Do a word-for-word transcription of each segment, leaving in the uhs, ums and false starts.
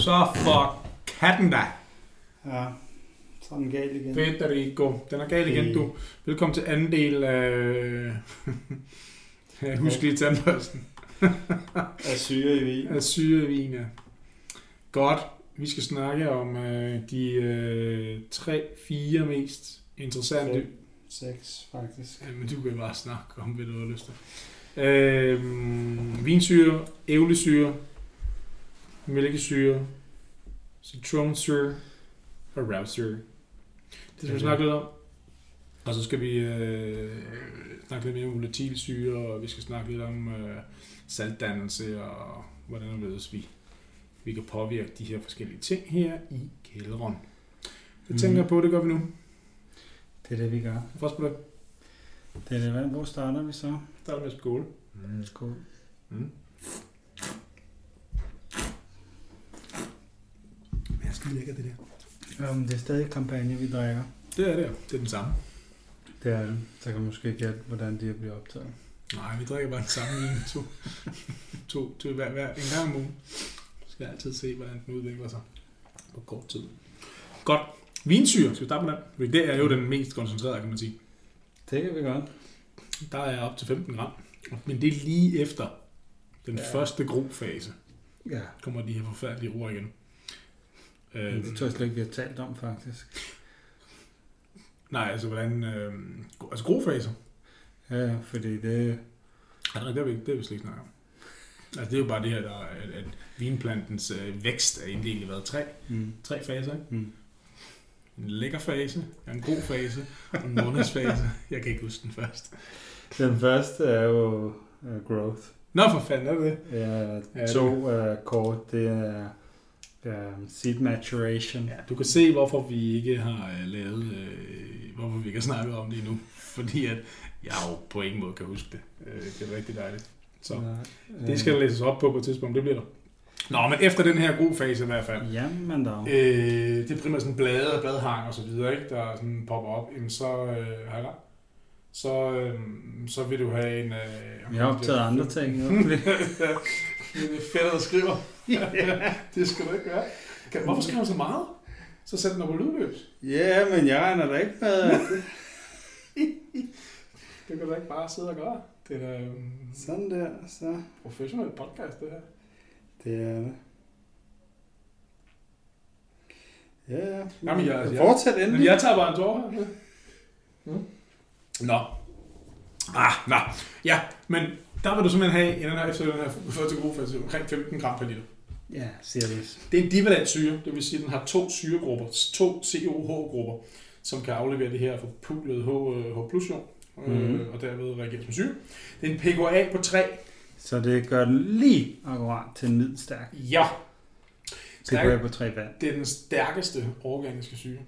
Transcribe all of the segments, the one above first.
Så for katten da. Ja, så er den gal igen. Federico, den er gal igen, du. Velkommen til anden del af... Husk lige tandbørsten. Af syre i vin. Af syre i vin, ja. Godt. Vi skal snakke om øh, de øh, tre, fire mest interessante... Fem, seks, faktisk. Ja, men du kan bare snakke om, hvad du har lyst til. Øh, vinsyre, ævlesyre, mælkesyre, citronsyre og ravsyre. Det skal vi snakke lidt om. Og så skal vi øh, snakke lidt mere om volatilsyre, og vi skal snakke lidt om øh, saltdannelse og hvordan vi, vi kan påvirke de her forskellige ting her i kælderen. Det mm. tænker jeg på, det gør vi nu. Det er det, vi gør. Først på det. Det er det, hvad? Hvor starter vi så? Starter med skål. Mm. Skål. Mm. Jeg skal lækker det der. Um, det er stadig kampagne, vi drikker. Det er det, det er den samme. Det er det. Så kan man måske gætte, hvordan det bliver optaget. Nej, vi drikker bare den samme vin. To, to, to hver, hver, en gang om ugen. Vi skal altid se, hvordan den udvikler sig på kort tid. Godt. Vinsyre, skal vi starte med den? Det er jo den mest koncentrerede, kan man sige. Det kan vi godt. Der er op til femten gram. Men det er lige efter den ja. første grofase. Ja. Kommer de her forfærdelige ord igen. Men det tror jeg slet ikke, vi har talt om, faktisk. Nej, altså hvordan... Øh, altså grofaser. Ja, fordi det... Ja, det er vi, det er vi slet ikke snakke om. Altså det er jo bare det her, der er, at, at vinplantens øh, vækst er inddelt i hvad? Tre? Mm. Tre faser, ikke? Mm. En lækker fase, en god fase og en månedsfase. Jeg kan ikke huske den første. Den første er jo uh, growth. Nå for fanden, er det det? Ja, to uh, kort, det er uh, seed maturation. Ja, du kan se, hvorfor vi ikke har uh, lavet, uh, hvorfor vi ikke har snakket om det endnu. Fordi at jeg jo på ingen måde kan huske det. Uh, det er rigtig dejligt. Så ja, det skal der læses op på på et tidspunkt, det bliver der. Nå, men efter den her gode fase i hvert fald. Jamen da. Øh, det er primært sådan blade og bladhang og så videre, ikke, der sådan popper op. Jamen så, øh, hej så, øh, så vil du have en... Øh, jeg har optaget andre ting. Det er fedt, der skriver. Ja, det skal du ikke gøre. Hvorfor skriver du så meget? Så sæt den op på lydløs. Ja, men jeg regner da ikke med det. Det kan du ikke bare sidde og gøre. Det er øh, sådan der, så... professionel podcast, det her. Det er det. Ja, ja. Jamen, jeg, jeg, fortsæt endelig. Jeg tager bare en tår her. Mm. Nå. Ah, nå. Ja, men der vil du simpelthen have, i den her, efter den her første grofase, omkring femten gram per liter. Ja, seriøst. Det er en divalent syre, det vil sige, at den har to syregrupper, to C O H-grupper, som kan aflevere det her forpulede H plus-ion, mm-hmm. øh, og derved reagere som syre. Det er en P K A på tre. Så det gør den lige akkurat til en middelstærk. Ja. P K A på tre vand. Det er den stærkeste organiske syre.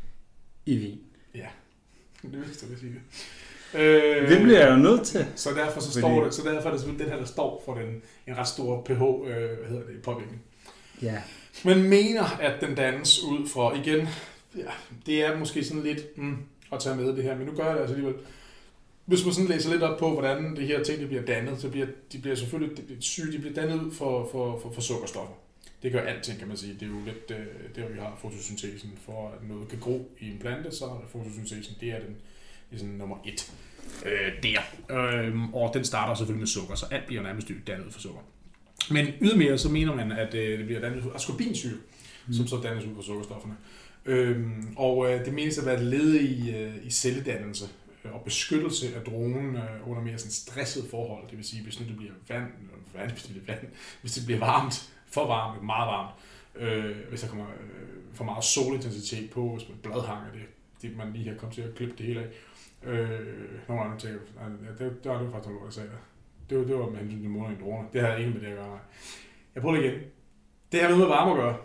I vin. Ja, det vidste jeg sige det. Øh, det bliver jeg jo nødt til. Så derfor så står det, så derfor er det selvfølgelig den her, der står for den, en ret stor pH, øh, hvad hedder det, påvirkning. Ja. Man mener, at den dannes ud fra, igen, ja, det er måske sådan lidt mm, at tage med det her, men nu gør jeg det altså alligevel. Hvis man sådan læser lidt op på, hvordan det her ting det bliver dannet, så bliver de bliver selvfølgelig de bliver syge, de bliver dannet ud for, for, for, for sukkerstoffer. Det gør alting, kan man sige. Det er jo lidt det, der, vi har fotosyntesen. For at noget kan gro i en plante, så er fotosyntesen, det er den ligesom nummer et øh, der. Øh, og den starter selvfølgelig med sukker, så alt bliver nærmest dannet ud for sukker. Men ydermere så mener man, at øh, det bliver dannet ud af ascorbinsyre, mm. som så dannes ud for sukkerstofferne. Øh, og øh, det menes at være et led i, øh, i celledannelse og beskyttelse af dronen øh, under mere sådan stresset forhold. Det vil sige, hvis nu det bliver vand, vand, hvis det bliver vand, hvis det bliver varmt, for varmt, meget varmt, øh, hvis der kommer øh, for meget solintensitet på, hvis man bladhanger det, det man lige har kommet til at klippe det hele af. Øh, nogle andre tænker, ja, det, det var det faktisk noget, jeg sagde der. Det var, det var med hensyn til måneder i droner. Det havde jeg ikke med det at gøre. Jeg prøver det igen. Det har noget med varme at gøre.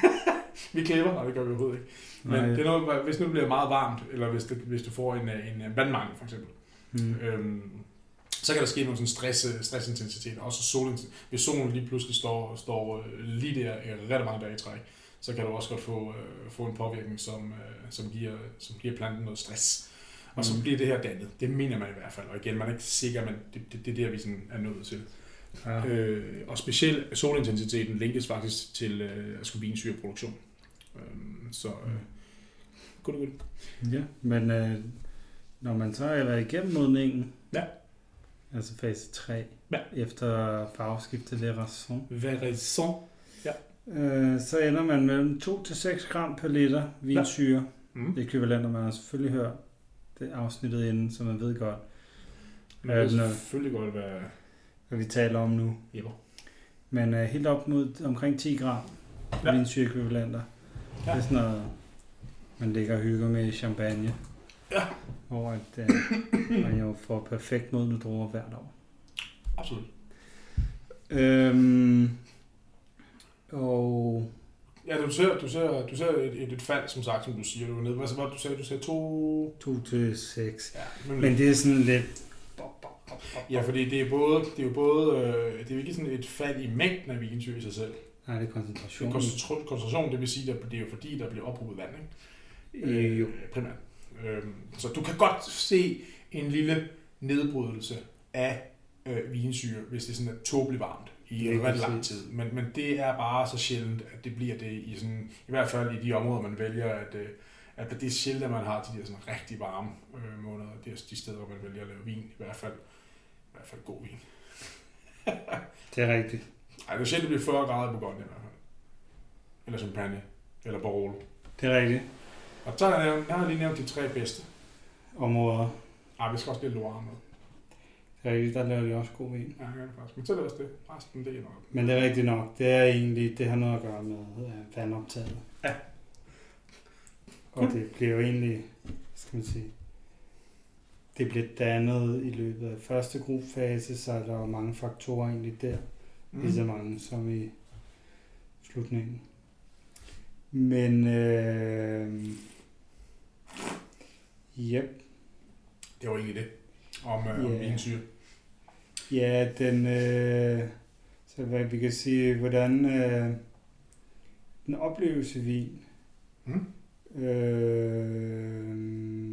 Vi klipper, og det gør vi overhovedet ikke. Men det er noget, hvis nu det bliver meget varmt, eller hvis, det, hvis du får en, en vandmangel for eksempel, mm. øhm, så kan der ske nogle sådan stress, stressintensitet, også solintensitet. Hvis solen lige pludselig står, står lige der ret mange dage i træk, så kan du også godt få, øh, få en påvirkning, som, øh, som, giver, som giver planten noget stress. Og så bliver det her dannet. Det mener man i hvert fald. Og igen, man er ikke sikker, men det, det, det er der, vi sådan er nødt til. Ja. Øh, og specielt solintensiteten linkes faktisk til øh, ascorbinssyreproduktion. Øh, så øh, godt godt. Ja, men øh, når man så er igennem modningen, ja. altså fase tre, ja. efter farveskifte Veraison, Veraison. Ja. Øh, så ender man mellem to til seks gram per liter vinsyre. Ja. Mm. Det ekvivalenter, man har selvfølgelig hørt det afsnittet inden, så man ved godt. Man ved selvfølgelig godt, hvad, hvad vi taler om nu. Jepper. Men uh, helt op mod omkring ti gram ja. vinsyre ekvivalenter. Ja. Det er sådan noget, man ligger og hygger med i champagne. Ja. Hvor at, uh, man jo får perfekt modne druer hvert år. Absolut. Øhm, og ja, du ser, du ser, du ser et, et, et fald, som sagt, som du siger, du er nede. Altså, hvad du sagde, du sagde to... To til seks. Ja, men, men det er sådan lidt... Ja, fordi det er, både, det er jo både... Øh, det er jo ikke sådan et fald i mængden af vinsyre i sig selv. Nej, det er koncentration. Det er koncentration, koncentration, det vil sige, at det er jo fordi, der bliver ophobet vand, ikke? Øh, jo. Primært. Øh, så du kan godt se en lille nedbrydelse af øh, vinsyre, hvis det sådan er tåbeligt varmt i en ret lang tid. Men, men det er bare så sjældent, at det bliver det i sådan, i hvert fald i de områder, man vælger, at, at det er sjældent, at man har de der sådan rigtig varme øh, måneder. Det er de steder, hvor man vælger at lave vin, i hvert fald, i hvert fald god vin. Det er rigtigt. Ej, det er sjældent, det bliver fyrre grader på Bourgogne i hvert fald. Eller Champagne, eller Barolo. Det er rigtigt. Og så har jeg, jeg har lige nævnt de tre bedste områder. Ej, vi skal også lidt Loire med. Det er rigtigt, der laver de også god vin. Ja, det er det faktisk. Men så er det også det. Resten, det er nok. Men det er rigtigt nok. Det er egentlig, det har noget at gøre med uh, vandoptaget. Ja. Og det bliver jo egentlig, skal man sige, det bliver dannet i løbet af første gruppefase, så er der jo mange faktorer egentlig der. Mm. Lige så mange som i slutningen. Men, øh, yep. Det var egentlig det. Om, øh, yeah. om vinsyre. Ja, den, øh, så hvad vi kan sige, hvordan øh, den oplevelse vin, mm. øh,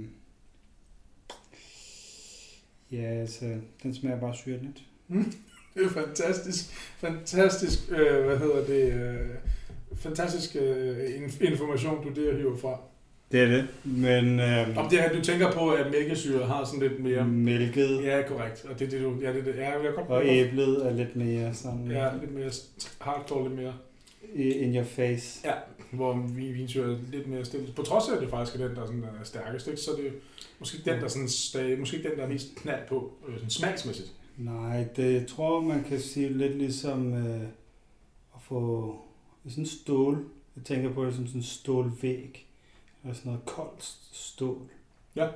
ja, altså, den smager bare syrligt. Mm. Det er fantastisk, fantastisk, øh, hvad hedder det, øh, fantastisk øh, information, du der hiver fra. Det er det, men... Øh, Om det her, du tænker på, at mælkesyre har sådan lidt mere... Mælket. Ja, korrekt. Og det, det, du, ja, det, det ja, jeg godt og æblet er lidt mere sådan... Ja, lidt mere hardcore, lidt mere... In your face. Ja, hvor vinsyre er lidt mere stille. På trods af, at det faktisk er den, der er, sådan, der er stærkest, ikke? Så er det måske den, der sådan, stadig, måske den, der er mest knald på, øh, sådan smagsmæssigt. Nej, det jeg tror man kan sige lidt ligesom øh, at få sådan en stål. Jeg tænker på det som sådan en stålvæg. Eller sådan noget koldt stål. Ja.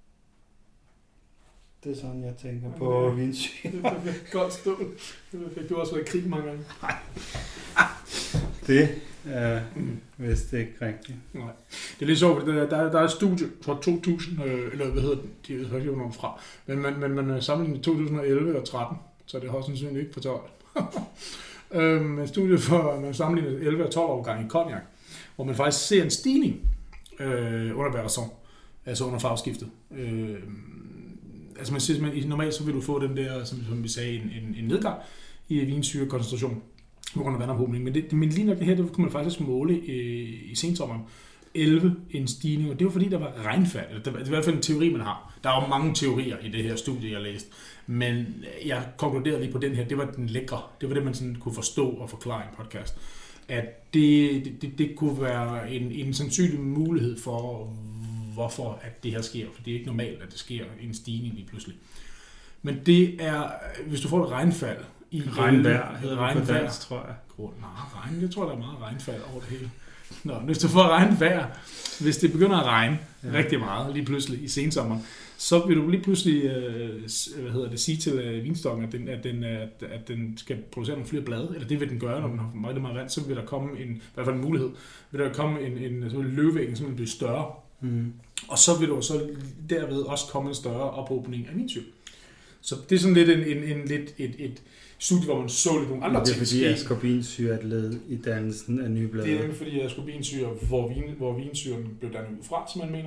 Det er sådan, jeg tænker ja, på vinsyre. Det er perfekt. Koldt stål. Det er perfekt. Du har også været i krig mange gange. Nej. Det er mm. vist ikke rigtigt. Nej. Det er lidt sjovt, der, der, der er et studie fra to tusind, øh, eller hvad hedder det, de ved ikke, hvor fra, men man, man, man sammenligner to tusind og elleve og tretten, så det har sandsynligt ikke på tolv. øhm, et studie for, man sammenligner elleve og tolv årgang i cognac, hvor man faktisk ser en stigning øh, under Veraison, altså under farveskiftet. Øh, altså man siger, man, normalt så vil du få den der, som, som vi sagde, en, en, en nedgang i vinsyrekoncentration på grund af vandophobning. Men, det, men lige nok det her, det kunne man faktisk måle i, i sensommeren. elleve en stigning, og det var fordi, der var regnfald. Det er i hvert fald en teori, man har. Der er jo mange teorier i det her studie, jeg læste. Men jeg konkluderede lige på den her, det var den lækre. Det var det, man sådan kunne forstå og forklare i en podcast. At det, det, det kunne være en, en sandsynlig mulighed for, hvorfor at det her sker. For det er ikke normalt, at det sker en stigning lige pludselig. Men det er, hvis du får et regnfald, i regnvejr, hedder det på dansk, tror jeg. Grund, nej, regn, jeg tror, der er meget regnfald over det hele. Nå, hvis du får regnvejr, hvis det begynder at regne ja. rigtig meget lige pludselig i sensommeren, så vil du lige pludselig øh, hvad hedder det, sige til øh, vinstokken, at den, at, den, at, at den skal producere nogle flere blade, eller det vil den gøre, når den har meget, meget vand, så vil der komme en, i hvert fald en mulighed, vil der komme en, en, en løvevæggen, som vil blive større. Mm. Og så vil der så derved også komme en større ophobning af vinsyre. Så det er sådan lidt en, en, en lidt et, et studie, hvor man så lidt nogle andre ting. Det er fordi ascorbinsyre er et led i dannelsen af nye blade. Det er nemlig fordi ascorbinsyre, hvor, vin, hvor vinsyren blev dannet ud fra, som man mener,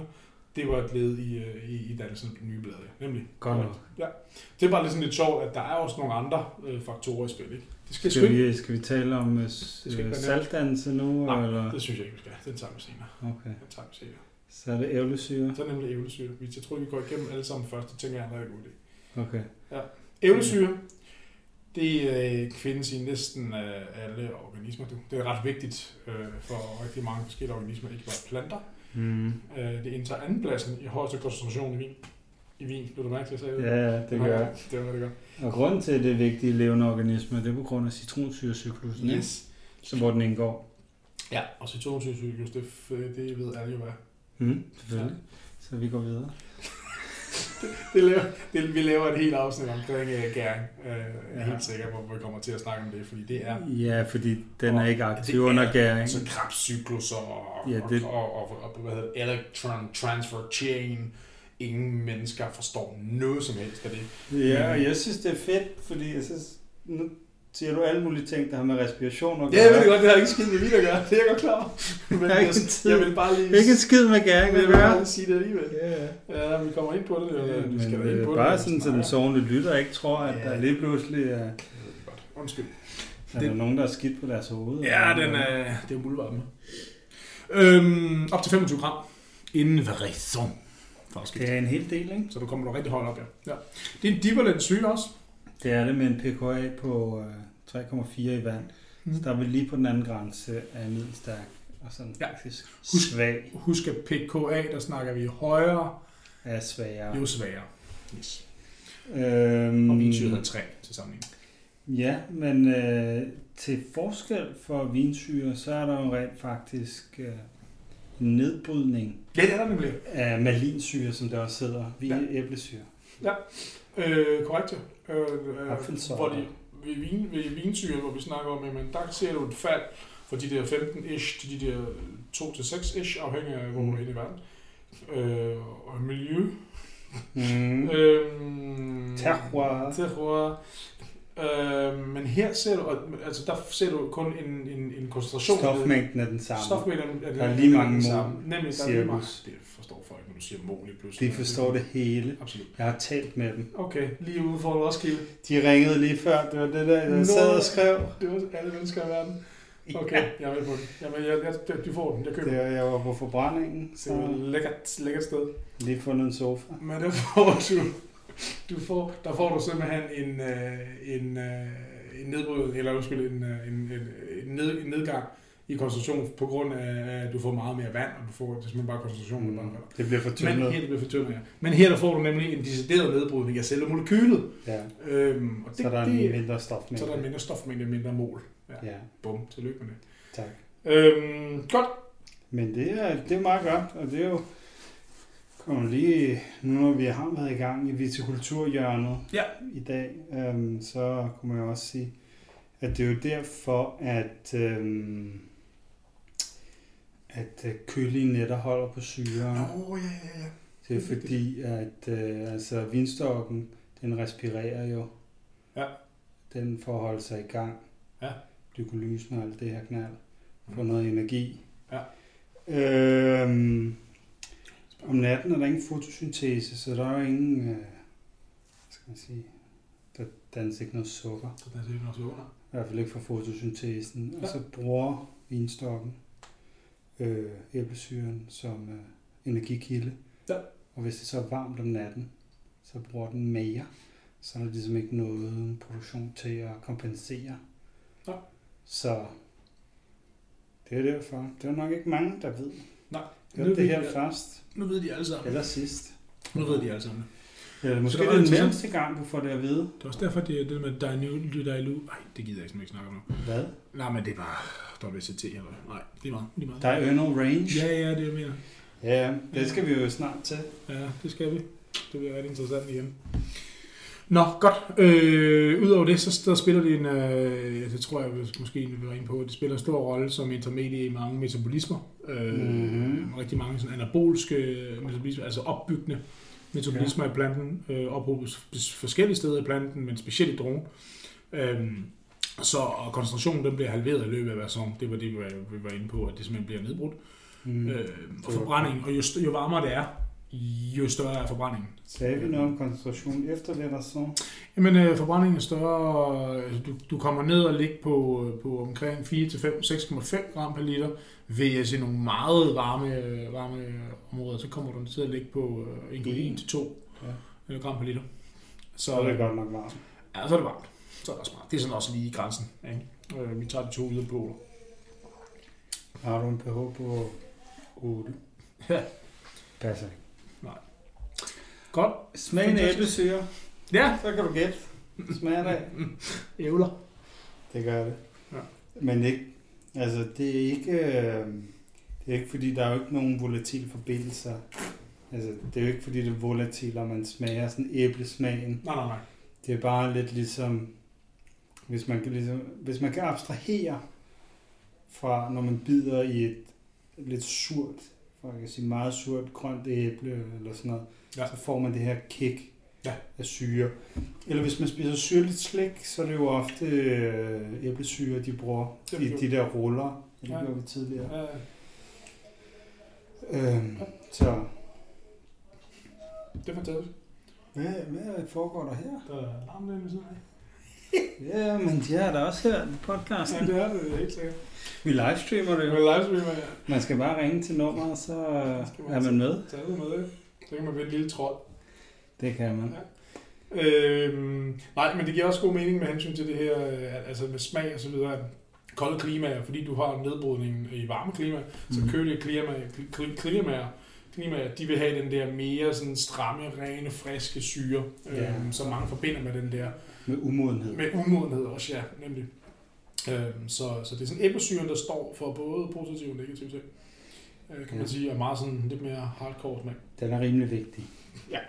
det var et led i, i, i dannelsen af nye blade, nemlig. Godt nok. Ja. Det er bare lidt sådan lidt sjovt, at der er også nogle andre øh, faktorer i spil, ikke? Det skal, skal, vi, skal vi tale om øh, saltdannelse nu? Nej, eller? Det synes jeg ikke, vi skal. Den tager vi senere. Okay. Den tager vi senere. Så er det ævlesyre? Så er det nemlig ævlesyre. Jeg tror, vi går igennem alle sammen først. Det tænker jeg, er en god idé. Okay. Ja. Ævlesyre, det øh, findes i næsten øh, alle organismer. Det er ret vigtigt øh, for rigtig mange forskellige organismer, ikke bare planter. Mm. Øh, det indtager andenpladsen i højeste koncentration i vin. I vin, blev du mærke til, at jeg sagde det? Ja, det gør jeg. Det var det godt. Og grunden til, at det er vigtige levende organismer, det er på grund af citronsyrecyklusen, yes. Så hvor den indgår. Ja, og citronsyrecyklus, det, det ved alle jo hvad. Mm, selvfølgelig. Ja. Så vi går videre. det, det laver, det, vi laver et helt afsnit omkring uh, gæring. Uh, jeg er ja. helt sikker på, at vi kommer til at snakke om det, fordi det er... Ja, fordi den er ikke aktiv under gæring. Så Krebscyklus og, ja, det... og, og, og, og, hvad hedder det, electron transfer chain. Ingen mennesker forstår noget som helst af det. Ja, og jeg synes, det er fedt, fordi jeg synes, nu siger du alle mulige ting, der har med respiration at gøre. Ja, jeg ved det godt, det har ikke skid med vin at gøre. Det er jeg godt klar. Men jeg, jeg vil bare lige... Ikke en skid med gæring at gøre. Jeg vil bare lige sige det alligevel. Ja, ja. Ja, vi kommer ind på det. Ja, ja, vi skal men ind på bare det, sådan, så den sovende lytter ikke tror, at ja. Der lige pludselig er... Jeg ved det godt. Undskyld. Er der nogen, der er skidt på deres hoved? Ja, den er, det er muldvarme. Øhm, op til femogtyve gram. Inden for raison. Det er en hel del, ikke? Så du kommer du rigtig højt op, ja. ja. Det er en divalent syre også. Det er det med en pKa på øh, tre komma fire i vand. Mm. Så der er vi lige på den anden grænse af middelstærk og sådan ja. Faktisk husk, svag. Husk at pKa, der snakker vi højere. Er svagere. Jo svagere. Yes. Øhm, og vinsyre hedder tre til sammenligning. Ja, men øh, til forskel for vinsyre, så er der jo rent faktisk... Øh, nedbrydning ja, det er der nemlig. Af malinsyre, som der også hedder, via ja. Æblesyre. Ja, øh, korrekt. Øh, øh, hvor de, ved, vin, ved vinsyre, hvor vi snakker om, men der ser du et fald fra de der femten-ish til de der to til seks-ish, afhængig af, hvor mm. du er inde i verden. Øh, og miljø. Mm. øhm, terroir. Terroir. Øh, men her ser du, altså der ser du kun en, en, en koncentration. Stofmængden er den samme. Stofmængden er den, der er lige mange mål. Nemlig, der er lige mange. Det forstår folk, når du siger mål i pludselig. De forstår det hele. Absolut. Jeg har talt med dem. Okay, lige ude for Roskilde. De ringede lige før, det var det der, jeg sad og skrev. Det var alle mennesker i verden. Okay, ja. Jeg er med på det. Jamen, jeg, jeg, du får den, jeg køber den. Jeg var på forbrændingen. Så. Det var et lækkert, lækkert sted. Lige fundet en sofa. Men der får du... Du får, der får du simpelthen en, en, en nedbrydning, eller undskyld, en, en, en, ned, en nedgang i koncentration på grund af, at du får meget mere vand, og du får det simpelthen bare koncentration. Mm, det bliver fortyndet. Men her, det bliver fortyndet, ja. Men her der får du nemlig en decideret nedbrydning af selve molekylet. Ja. Øhm, og det, så der er en det, mindre stofmængde. Så der er en mindre stofmængde, mindre mål. Ja. ja. Bum, tillykke med det. Tak. Øhm, godt. Men det er, det er meget godt, og det er jo kommer lige, nu når vi har været i gang i vitikulturhjørnet ja. i dag, øhm, så kunne man jo også sige, at det er jo derfor, at, øhm, at kølige nætter holder på syre. Åh, oh, ja, ja, ja. Det er fordi, at øh, altså, vinstokken, den respirerer jo. Ja. Den får holde sig i gang. Ja. Glykolysen og alt det her knald. Få noget energi. Ja. Øhm, Om natten er der ingen fotosyntese, så der er jo ingen, øh, hvad skal man sige, der danser ikke noget sukker. Der danser ikke noget sukker? I hvert fald ikke for fotosyntesen. Ja. Og så bruger vinstokken øh, æblesyren som øh, energikilde. Ja. Og hvis det så er varmt om natten, så bruger den mere. Så er der ligesom ikke noget produktion til at kompensere. Ja. Så det er derfor. Det er nok ikke mange, der ved. Nej. Hørte det her de, først? Nu ved de alle sammen. Eller sidst. Nu ved de alle sammen. Ja, måske det er den nemmeste gang, du får det at vide. Det er også derfor, det er det med Dainu, Dailu. Nej, det gider jeg ikke snakke om nu. Hvad? Nej, men det er bare W C T eller nej, det er meget. Det er meget. Diurnal range? Ja, ja, det er mere. Ja, det skal vi jo snart til. Ja, det skal vi. Det bliver rigtig interessant igen. Nå, godt. Øh, Udover det, så der spiller det en, øh, det tror jeg måske, vi vil ind på, det spiller en stor rolle som intermedie i mange metabolismer. Øh, mm-hmm. Rigtig mange sådan anabolske metabolismer, altså opbyggende metabolismer ja. I planten, øh, ophobes forskellige steder i planten, men specielt i drogen. Øh, så og koncentrationen den bliver halveret i løbet af hver sæson. Det var det, vi var inde på, at det simpelthen bliver nedbrudt. Mm. Øh, og forbrænding, og jo, jo varmere det er, jo større er forbrændingen. Sagde vi noget om koncentration efter det, der så? Jamen, øh, forbrændingen er større. Altså, du, du kommer ned og ligger på, på omkring fire til seks komma fem gram per liter. Ved i nogle meget varme, varme områder, så kommer du til at ligge på øh, en komma en til to ja. gram per liter. Så, så er det godt nok varmt. Ja, så er det varmt. Så er det smart. Det er sådan også lige i grænsen. Ikke? Øh, vi tager de to yderpoler. Har du en pH på otte? Ja. Passer ikke. Nej. Godt. Smagen af æblesyre. Ja. Så kan du gætte. Smager det af? Ævler. Det gør det. Ja. Men ikke, altså det er ikke, øh, det er ikke fordi, der er jo ikke nogen volatile forbindelser. Altså det er jo ikke fordi, det er volatilt, og man smager sådan æblesmagen. Nej, nej, nej. Det er bare lidt ligesom, hvis man kan, ligesom, hvis man kan abstrahere fra, når man bider i et lidt surt, for jeg kan sige meget surt grønt æble eller sådan noget, ja. Så får man det her kick ja. Af syre. Eller hvis man spiser syrligt slik, så er det jo ofte øh, æblesyre, de bruger i de der ruller, det ja. Gjorde vi tidligere. Ja, ja. Øhm, ja. Så. Det er fantastisk. Hvad, hvad foregår der her? Der er larm ved siden af. Ja, men de har da også hørt podcasten. Ja, det er det, helt sikkert. Vi livestreamer det jo. Vi livestreamer, ja. Man skal bare ringe til nummeret, så man er man med. Så er det med, så kan man være et lille trold. Det kan man. Ja. Øhm, nej, men det giver også god mening med hensyn til det her, altså med smag og så videre. Kolde klimaer, fordi du har nedbrydning i varme klimaer, mm. så kølige klimaer, klimaer, klimaer, de vil have den der mere sådan stramme, rene, friske syre, ja. øhm, som mange forbinder med den der. Med umodenhed. Med umodenhed også, ja, nemlig. Øhm, så, så det er sådan æblesyren, der står for både positiv og negativ ting, øh, kan man ja. sige, og meget sådan lidt mere hardcore smag. Den er rimelig vigtig. Ja.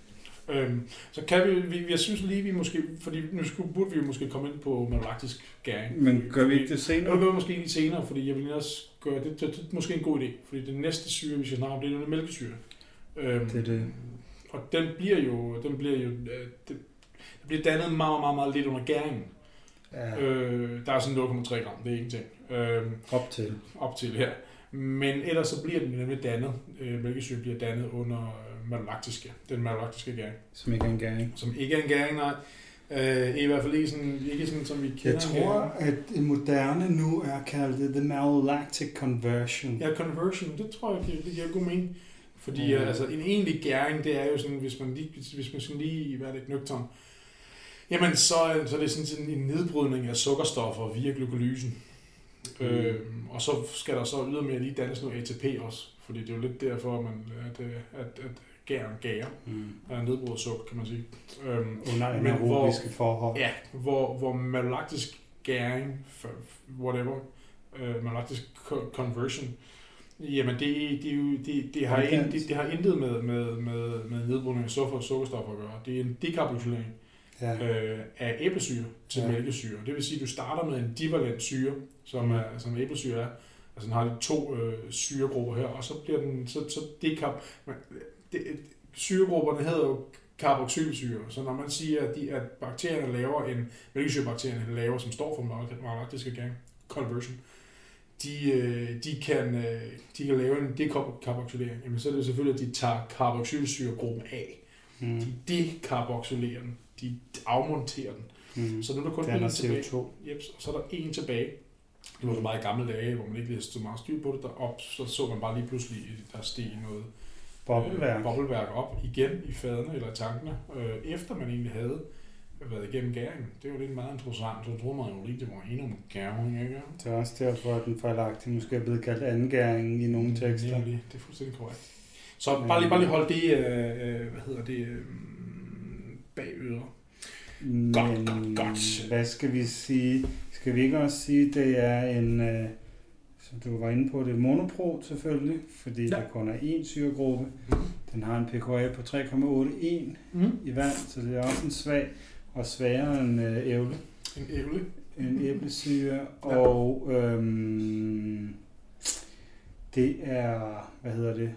Øhm, så kan vi, vi, jeg synes lige, vi måske, fordi nu skulle, burde vi jo måske komme ind på malolaktisk gæring. Men gør vi ikke det senere? Det gør vi måske lige senere, fordi jeg vil også gøre det, det, det, det er måske en god idé, fordi det næste syre, vi skal snakke om, det er jo mælkesyre. Øhm, det er det. Og den bliver jo, den bliver jo, det, det bliver dannet meget, meget, meget lidt under gæringen. Ja. Øh, der er sådan nul komma tre gram, det er ingenting. Øh, op til. Op til her. Men ellers så bliver den nemlig dannet, øh, mælkesyre bliver dannet under øh, malolaktiske, den malolaktiske gæring. Som ikke er en gæring. Som ikke er en gæring, nej. Øh, I hvert fald ikke sådan, ikke sådan, som vi kender. Jeg tror, at det moderne nu er kaldt the malolactic conversion. Ja, conversion, det tror jeg, det, det giver god mening. Fordi mm. altså, en egentlig gæring, det er jo sådan, hvis man lige, hvis man sådan lige er lidt nøgtern, jamen så, så er det sådan en nedbrydning af sukkerstoffer via glykolysen. Mm. Øh, og så skal der så ydermere lige dannes noget A T P også, fordi det er jo lidt derfor, at, man, at, at, at gæren gærer. Mm. Der er nedbrudt sukker, kan man sige. Øhm, Under anaerobiske forhold. Ja, hvor, hvor malolaktisk gæring, whatever, uh, malolaktisk conversion, jamen det, det, det, det, har, ind, det, det har intet med, med, med, med nedbrydning af sukker og sukkerstoffer at gøre. Det er en dekarbokylering. Ja. Øh, af æblesyre til ja. mælkesyre. Det vil sige, at du starter med en divalent syre, som, er, som æblesyre er. Altså den har de to øh, syregrupper her, og så bliver den så, så dekarb... Det, syregrupperne hedder jo carboxylsyre, så når man siger, at, de, at bakterierne laver en mælkesyrebakterierne laver, som står for malolaktiske gæring, conversion, de, øh, de, kan, øh, de kan lave en dekarboxylering. Jamen så er det selvfølgelig, at de tager carboxylsyregruppen af. Mm. De dekarboxylerer den. De afmonterer den. Mm. Så nu er der kun en tilbage. Yep, og så er der en tilbage. Det var så meget i gamle dage, hvor man ikke lige så meget styr på det derop. Så så man bare lige pludselig, der steg noget bobleværk. Øh, bobleværk op igen i fadene eller tankene, øh, efter man egentlig havde været igennem gæringen. Det var lidt meget interessant, så troede man jo lige, det var endnu en gæring, ikke? Det er også derfor, at den fejlagtige måske er blevet kaldt anden gæring i nogle tekster. Ja, det er fuldstændig korrekt. Så bare lige, bare lige hold det, øh, hvad hedder det, øh, bagøder. Godt, godt, godt. Hvad skal vi sige? Skal vi ikke også sige, det er en, øh, som du var inde på, det er monopro selvfølgelig, fordi ja. Der kun er én syregruppe. Mm. Den har en pKa på tre komma otte en mm. i vand, så det er også en svag, og svagere end øh, æble. En æble? En æblesyre, ja. Og øhm, det er, hvad hedder det,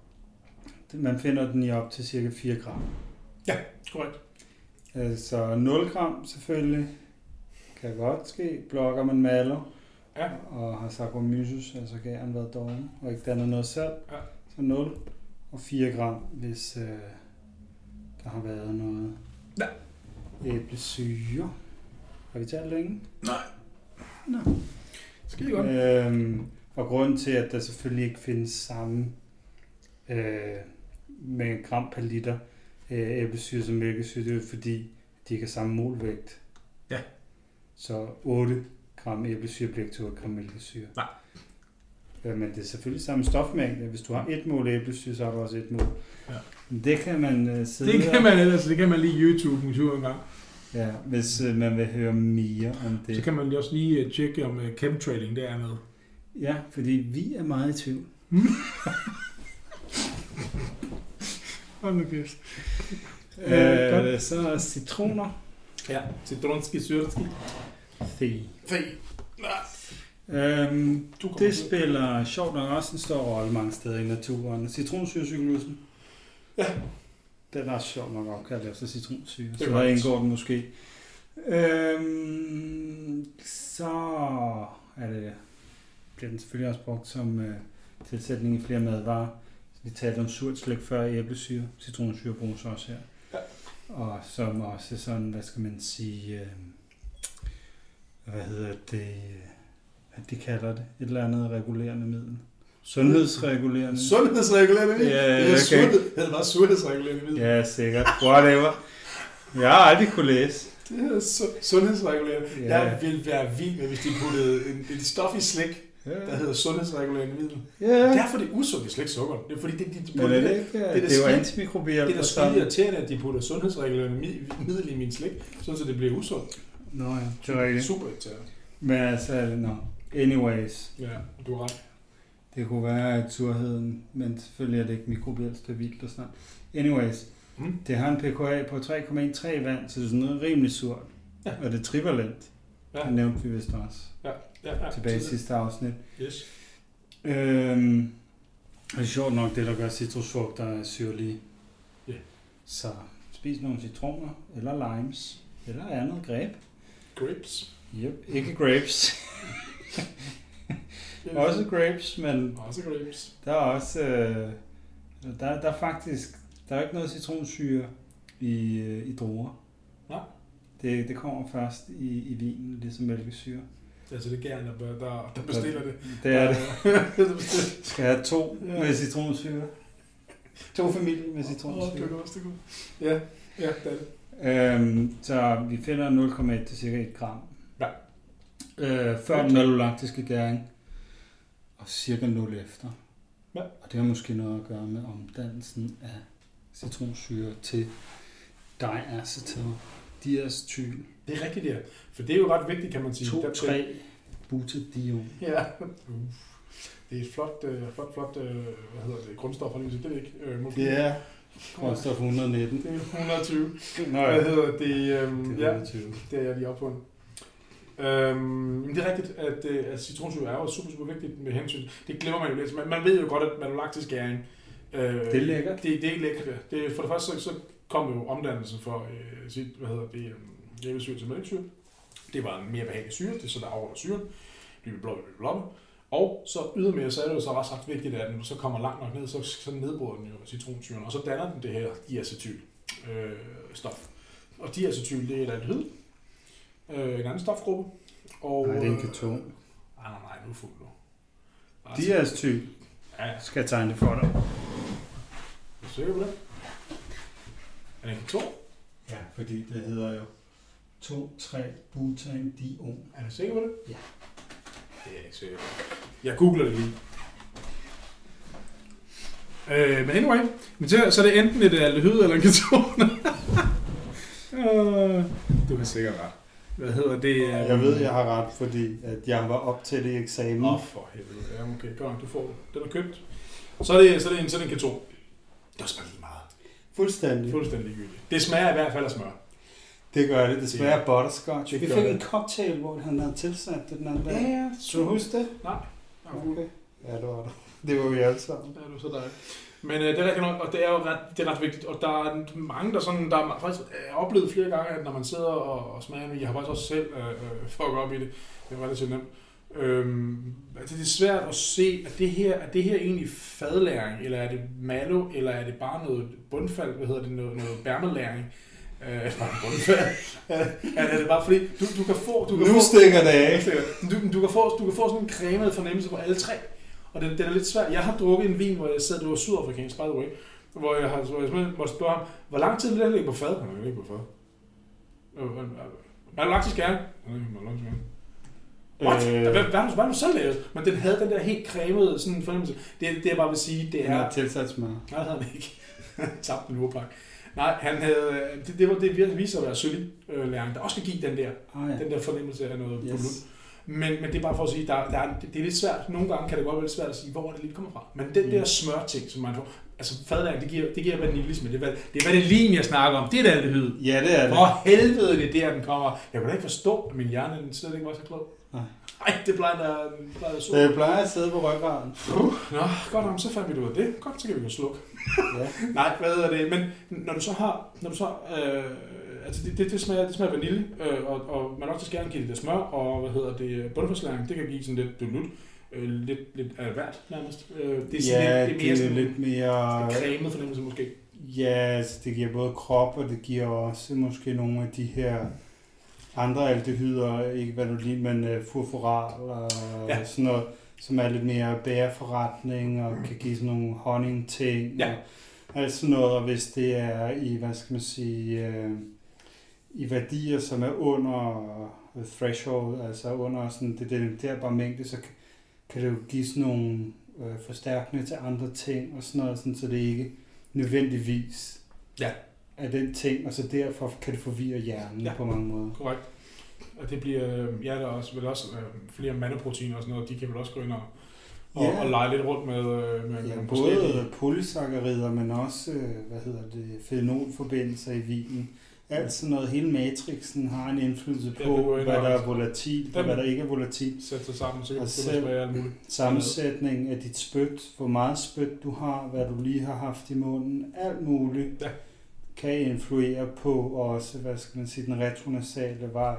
man finder den i op til cirka fire gram. Ja, korrekt. Så nul gram selvfølgelig, kan godt ske, blokker man maler, ja. Og har Saccharomyces, altså gæren været doven, og ikke dannet noget salt, ja. Så nul. og fire gram, hvis øh, der har været noget ja. æblesyre. Har vi talt længe? Nej. Nå. Skide godt. Øhm, og grunden til, at der selvfølgelig ikke findes samme øh, med gram per liter øh, æblesyre som mælkesyre, det er jo fordi, de ikke har samme molvægt. Ja. Så otte gram æblesyre bliver ikke til otte gram mælkesyre. Nej. Øh, men det er selvfølgelig samme stofmængde. Hvis du har et mål æblesyre, så har du også et mål. Ja. Det kan man øh, sidde Det kan man ellers, det kan man lige YouTube en en gang. Ja, hvis øh, man vil høre mere om det. Så kan man også lige uh, tjekke om uh, chemtrailing det er noget. Ja, fordi vi er meget i tvivl. Hold nu kæft. Øh, så er citroner. Ja, citronski, syrski. Fe. Fe. Øhm, det spiller sjovt nok også en stor rolle mange steder i naturen. Citronsyrecyklusen. Ja. Den er også sjovt nok opkaldt efter citronsyre. Det Så der indgår den måske. Øhm, så er det, bliver den selvfølgelig også brugt som øh, tilsætning i flere madvarer. Vi talte om surt slik før i æblesyre. Citronsyre bruges også her. Ja. Og som også sådan, hvad skal man sige, øh, hvad hedder det, hvad de kalder det, et eller andet regulerende middel. Sundhedsregulerende. Sundhedsregulerende middel? Ja, det er surhed, det hedder bare sundhedsregulerende middel. Ja, sikkert. Whatever. Jeg har aldrig kunne læse. Det hedder su- sundhedsregulerende. Ja. Jeg ville være vild med, hvis de puttede en, et stof i slik, ja. Der hedder sundhedsregulerende middel. Ja. Derfor er det usundt i sliksukker. Det er fordi, det, de, de Men er det ikke? Det er, det er jo antimikrobielt. Det er da skide irriterende, at de putter sundhedsregulerende middel i min slik, sådan så det bliver usundt. Nå ja, det er rigtigt. Super irriterende. Men altså, no. Anyways. Ja, du har ret. Det kunne være at surheden, men selvfølgelig er det ikke mikrobielt stabilt og sådan. Anyways. Mm. Det har en pKa på tre komma en tre vand, så det er sådan noget rimelig surt. Ja. Og det er trivalent. Ja. Det nævnte vi vist også. Ja. Ja, ja. Tilbage i sidste afsnit. Yes. Øhm, det er sjovt nok det, der gør citrusfrugter er syrlige. Ja. Så spis nogle citroner, eller limes, eller andet greb. Grapes. Yep, ikke grapes. Også grapes, men også grapes. Der er også, øh, der, der er faktisk, der er ikke noget citronsyre i, i druer. Nej. Det, det kommer først i, i vinen, ligesom mælkesyre. Altså det er gerne, der, der, der bestiller det. Det er det. Skal have to ja. med citronsyre. To familier med citronsyre. Oh, det er godt, det er godt. Ja, ja, det er det. Øhm, så vi finder nul komma et til cirka et gram. Ja. Øh, før den malolaktiske gæring. Og cirka nul efter. Ja. Og det har måske noget at gøre med omdannelsen af citronsyre til diacetyl. Diacetyl. Det er rigtigt, ja. For det er jo ret vigtigt, kan man sige. to tre butadiol. Ja. Det er et flot, øh, flot, flot, øh, hvad hedder det, grundstof, det er det ikke? Øh, det er grundstof et hundrede nitten. Det er et hundrede og tyve. Nå ja. Hvad hedder det? Øhm, det er et hundrede og tyve. Ja, det er jeg lige opfundet. Øhm, men det er rigtigt, at, at citronsyre er jo super, super vigtigt med hensyn. Det glemmer man jo lidt. Man, man ved jo godt, at malolaktisk gæring... Øh, det er lækkert. Det, det er ikke lækkert. Det, for det første, så, så kom jo omdannelsen for øh, sit, hvad hedder det, æblesyre til mælkesyre. Det var en mere behagelig syre, det er så der overholder syren. Det bliver blå, blå, og så ydermere, så er det jo så ret, ret vigtigt, at når du så kommer langt nok ned, så, så nedbryder den jo citronsyren, og så danner den det her diacetyl øh, stof. Og diacetyl, det er et aldehyd. Øh, en anden stofgruppe. Og, nej, det er en keton. Nej, nej, nej, nu er fuld nu. Diacetyl. Ja. Skal jeg tegne det for dig? Er du sikker på det? Er det en keton? Ja, fordi det hedder jo to tre butandiol. Er du sikker på det? Ja. Det er jeg ikke sikker på. Jeg googler det lige. Øh, men anyway, men så, så er det enten et aldehyd eller en keton. uh, du kan sikkert ret. Hvad hedder det? Um... Jeg ved, jeg har ret, fordi at jeg var op til det i eksamen. Åh, oh, for helvede. Ja, okay, godt, du får det. Den er købt. Så er det, så er det en, så er det en keton. Det smager lige meget. Fuldstændig. Fuldstændig ligegyldigt. Det smager i hvert fald af smør. Det gør det. Det smager af butterscotch. Det vi fik en cocktail, hvor han havde tilsat det den anden dag. Ja, ja. Skal du huske det? Nej. Okay. Ja, det var det. Det var vi alle sammen. Ja, det var så dejligt. Men øh, det er rigtig nok, og det er jo ret, det er ret vigtigt, og der er mange, der sådan, der er faktisk jeg har oplevet flere gange, at når man sidder og, og smager med, jeg har faktisk også selv øh, fucket op i det, det er relativt nemt, Øhm, altså det er svært at se, at det her, er det her egentlig fadlæring, eller er det malo, eller er det bare noget bundfald, hvad hedder det, noget, noget bærmelæring? Øh, bare bundfald. er, er det bare fordi, du, du kan få... Du kan nu få, stikker det af. Du, du, kan få, du kan få sådan en cremet fornemmelse på alle tre, og den, den er lidt svær. Jeg har drukket en vin, hvor jeg sad, det var sydafrikansk, by the way, hvor jeg, har, hvor jeg simpelthen måtte spørge ham, hvor lang tid vil det ligge på fad? Han vil ikke på fad. Er du lagt i skærne? What? Øh... Hvad, hvad, hvad, hvad har du selv lavet? Men den havde den der helt cremede sådan fornemmelse. Det, det jeg bare vil sige, det er... Han har tilsat smør. Nej, det havde han ikke. Tabt en lurpakke. Nej, han havde... Det, det var det, det viste sig at være sølv-læring, der også kan give den der, ah, ja. den der fornemmelse af noget yes. blod. Men, men det er bare for at sige, der, der er, det er lidt svært. Nogle gange kan det godt være lidt svært at sige, hvor det lige kommer fra. Men den mm. der smørting, som man får... Altså fadlæring, det giver, det giver vanillisme. Det er, det er vanillin, jeg snakker om. Det er det aldehyd. Ja, det er det. For helvede, det er der, den kommer. Jeg kunne da ikke forstå, at min hjerne den slet ikke var så klog. Nej. Ej, det plejer at så. Det plejer at sidde på ryggraden. Uh, nå, godt om, så fandt vi ud af det. Godt, så kan vi jo slukke. Ja. Nej, hvad er det? Men når du så har... Når du så, øh, altså det, det, det, smager, det smager vanilje, øh, og, og man også skal gerne give det der smør, og hvad hedder det, bundforslagring, det kan give sådan lidt dulut. Øh, lidt, lidt af hvert nærmest. Øh, det er sådan ja, lidt, det er mere det er sådan, lidt mere... cremet fornemmelse måske. Ja, altså det giver både krop, og det giver også måske nogle af de her andre aldehyder, ikke vanillin, men uh, furfural og ja. Sådan noget, som er lidt mere bæreforretning og kan give sådan nogle honningting ja. Og alt sådan noget, og hvis det er i, hvad skal man sige, uh, i værdier, som er under threshold, altså under sådan det, det der bare mængde, så kan det jo give sådan nogle øh, forstærkninger til andre ting og sådan noget, sådan, så det ikke nødvendigvis ja. Er den ting, og så derfor kan det forvirre hjernen ja. På mange måder. Korrekt. Og det bliver, ja, der er også, vel også øh, flere mandeproteiner og sådan noget, de kan vel også gå ind og, og, ja. Og lege lidt rundt med, øh, med, ja, med både polysakkarider, men også, øh, hvad hedder det, fenolforbindelser i vinen. Alt sådan noget, hele matrixen har en indflydelse på, ja, hvad der er volatilt og hvad der ikke er volatilt. Sæt sig sammen, så kan du smage alt muligt. Sammensætning af dit spyt, hvor meget spyt du har, hvad du lige har haft i munden, alt muligt, ja. Kan influere på også, hvad skal man sige, den retronasale vej.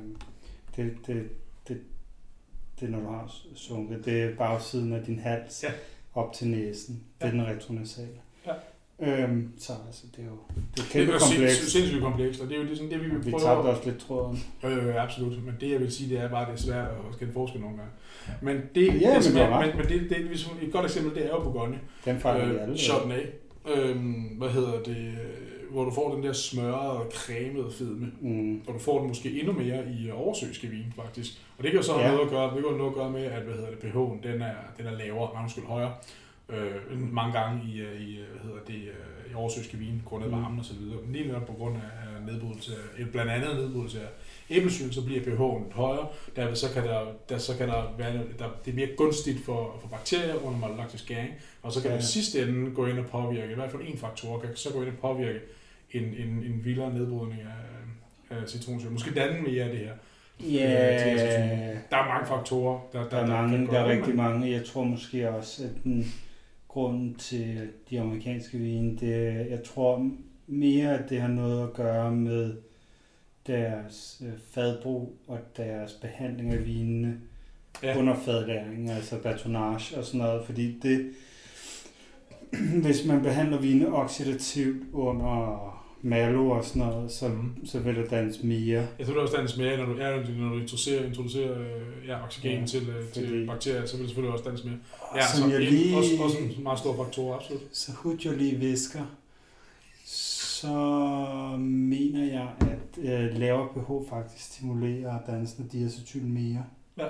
Det, det, det, det når du har sunket, det er bagsiden af din hals, ja. Op til næsen. Det er ja. Den retronasale. Ja. Øhm, så altså, det er jo det er kæmpe komplekst. Det er sindssygt komplekst, og det er jo ligesom det, vi vil vi prøve. Vi tabte også lidt tråden. Jo, jo, jo, absolut. Men det, jeg vil sige, det er bare, det er svært at skænde forskel nogle gange. Men det, ja, det, men, smager, men, men det, det, det, et godt eksempel, det er jo Bourgogne. Den fejler vi øh, alle. Chardonnay. Øhm, hvad hedder det? Hvor du får den der smørrede, cremede fedme. Mm. Og du får den måske endnu mere i oversøiske vin, faktisk. Og det kan jo så have ja. noget at gøre, det kan jo noget at gøre med, at hvad hedder det, pH'en, den er, den er lavere, måske højere. Øh, mange gange i, i, hvad hedder det, i oversøiske vin, grundet mm. varmen og så videre. Men lige netop på grund af nedbrydelse, blandt andet nedbrydelse af æblesyre, så bliver pH'en højere. Derved så kan der, der, så kan der være, der, det er mere gunstigt for, for bakterier under malolaktisk gæring, og så kan ja. Det i sidste ende gå ind og påvirke, i hvert fald en faktor, kan så gå ind og påvirke en, en, en vildere nedbrydning af, af citronsyre. Måske danne mere af det her. Ja, der er mange faktorer. Der, der, der, der, er, mange, der, der er rigtig mange. Jeg tror måske også, at den grunden til de amerikanske vine, det, jeg tror mere, at det har noget at gøre med deres øh, fadbrug og deres behandling af vinene ja. Under fadlæring, altså batonnage og sådan noget, fordi det, hvis man behandler vine oxidativt under malo og sådan noget, så, mm. så vil der dannes mere. Jeg tror, der også dannes mere, når du, ja, når du introducerer, introducerer ja, oxygen ja, til, til bakterier, så vil det selvfølgelig også dannes mere. Ja, så en, lige, også, også en meget stor faktor, absolut. Så hurtigt jeg lige visker, så mener jeg, at øh, lavere pH faktisk stimulerer dannelsen af diacetyl mere. Ja.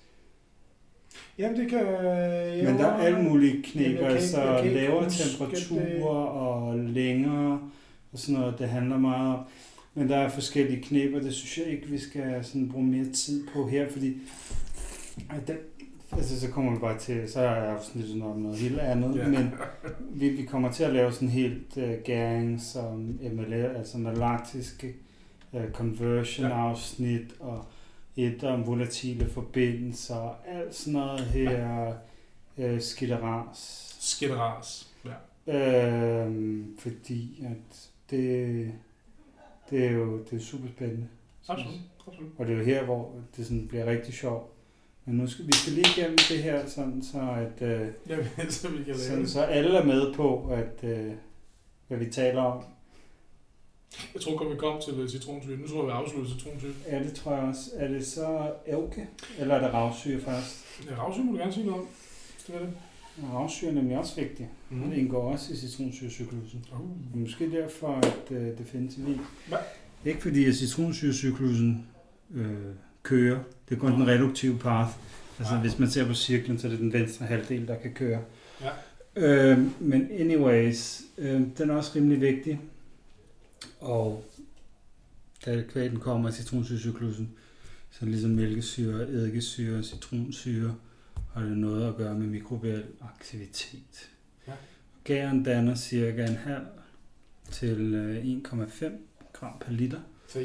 Jamen det kan... Ja, men der er alle mulige knep, altså lavere temperaturer og længere og sådan noget, det handler meget om. Men der er forskellige knep, og det synes jeg ikke, vi skal sådan bruge mere tid på her, fordi den, altså, så kommer vi bare til, så er jeg sådan lidt sådan om noget helt andet, yeah. Men vi, vi kommer til at lave sådan helt uh, gæring som M L R, altså malolaktiske uh, conversion yeah. afsnit, og et om volatile forbindelser, alt sådan noget her, uh, skitteras. Skitteras, ja. Øhm, fordi at det, det er jo det er super spændende. Absolut, absolut. Og det er jo her, hvor det sådan bliver rigtig sjovt. Men nu skal vi skal lige igennem det her, sådan så at øh, ja, så, vi kan sådan, så alle er med på, at øh, hvad vi taler om. Jeg tror godt, vi kom til citronsyre. Nu tror jeg, vi afslutter citronsyre. Ja, det tror jeg også. Er det så eddike, eller er det ravsyre først? Ja, ravsyre må du gerne sige noget om. Det er det. Ravsyre er nemlig også vigtigt. Mm. Det indgår også i citronsyrecyklusen. Uh. Måske derfor, at øh, det findes i vin. Hvad? Ikke fordi, at citronsyrecyklusen øh, kører. Det er kun den reduktive path. Altså, ja. Hvis man ser på cirklen, så er det den venstre halvdel, der kan køre. Ja. Øh, men anyways, øh, den er også rimelig vigtig. Og da kvæden kommer af citronsyrecyklusen, så ligesom mælkesyre, eddikesyre, citronsyre, har det noget at gøre med mikrobiel aktivitet. Ja. Gæren danner cirka en halv til en komma fem gram per liter.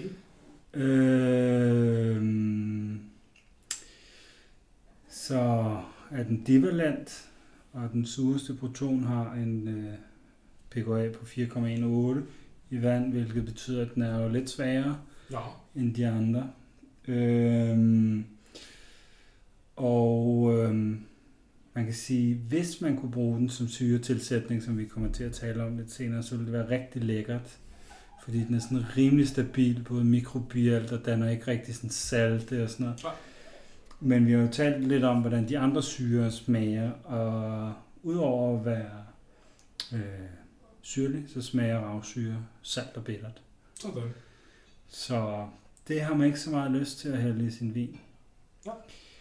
Øh, så er den divalent, og den sureste proton har en øh, pKa på fire komma en otte i vand, hvilket betyder, at den er jo lidt svagere ja. end de andre. Øhm, og øhm, man kan sige, hvis man kunne bruge den som syretilsætning, som vi kommer til at tale om lidt senere, så ville det være rigtig lækkert. Fordi den er sådan rimelig stabil, både mikrobielt, og den er ikke rigtig sådan salte og sådan noget. Ja. Men vi har jo talt lidt om, hvordan de andre syrer smager, og udover at være øh, syrlig, så smager ravsyre salt og bittert. Sådan. Så det har man ikke så meget lyst til at hælde i sin vin. Ja.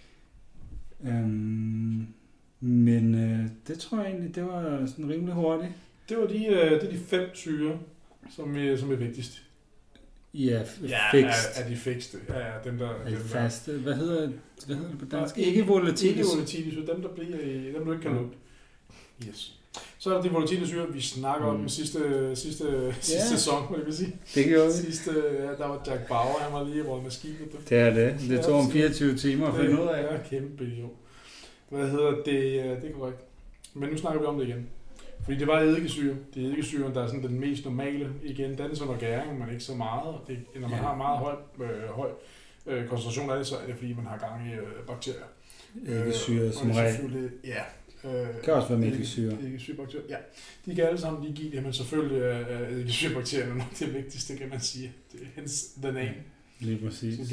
Øhm, men øh, det tror jeg egentlig, det var sådan rimelig hurtigt. Det var de, øh, det er de fem syrer, som er, som er vigtigst. Ja, ja fixed. Er, er de fixed. Ja, ja, dem der... Er de faste? Hvad hedder, hvad hedder det på dansk? Ikke, ikke volatile. Ikke volatile syre, dem der bliver i, dem du ikke kan lukke. Yes. Så er der de volatile syre, vi snakker mm. om den sidste, sidste, yeah. sidste sæson, vil jeg sige. Det gjorde vi. Sidste, ja, der var Jack Bauer, han var lige rundt med skibet. Det er det. Det tog om fireogtyve timer at finde ud af. Ja, kæmpe jo. Hvad hedder det? Det er korrekt. Men nu snakker vi om det igen. Fordi det var eddikesyre. Det er eddikesyren, der er sådan den mest normale. Igen, den er sådan noget gæring, men ikke så meget. Det, når man ja. har en meget høj, øh, høj øh, koncentration af det, så er det fordi, man har gang i øh, bakterier. Eddikesyre øh, som regel. Ja. Det kan også være mælkesyre. Eddikesyrebakterier, ja. De kan alle sammen lige give det, men selvfølgelig er eddikesyrebakterierne det vigtigste, kan man sige. Det er hens the name. Lige præcis.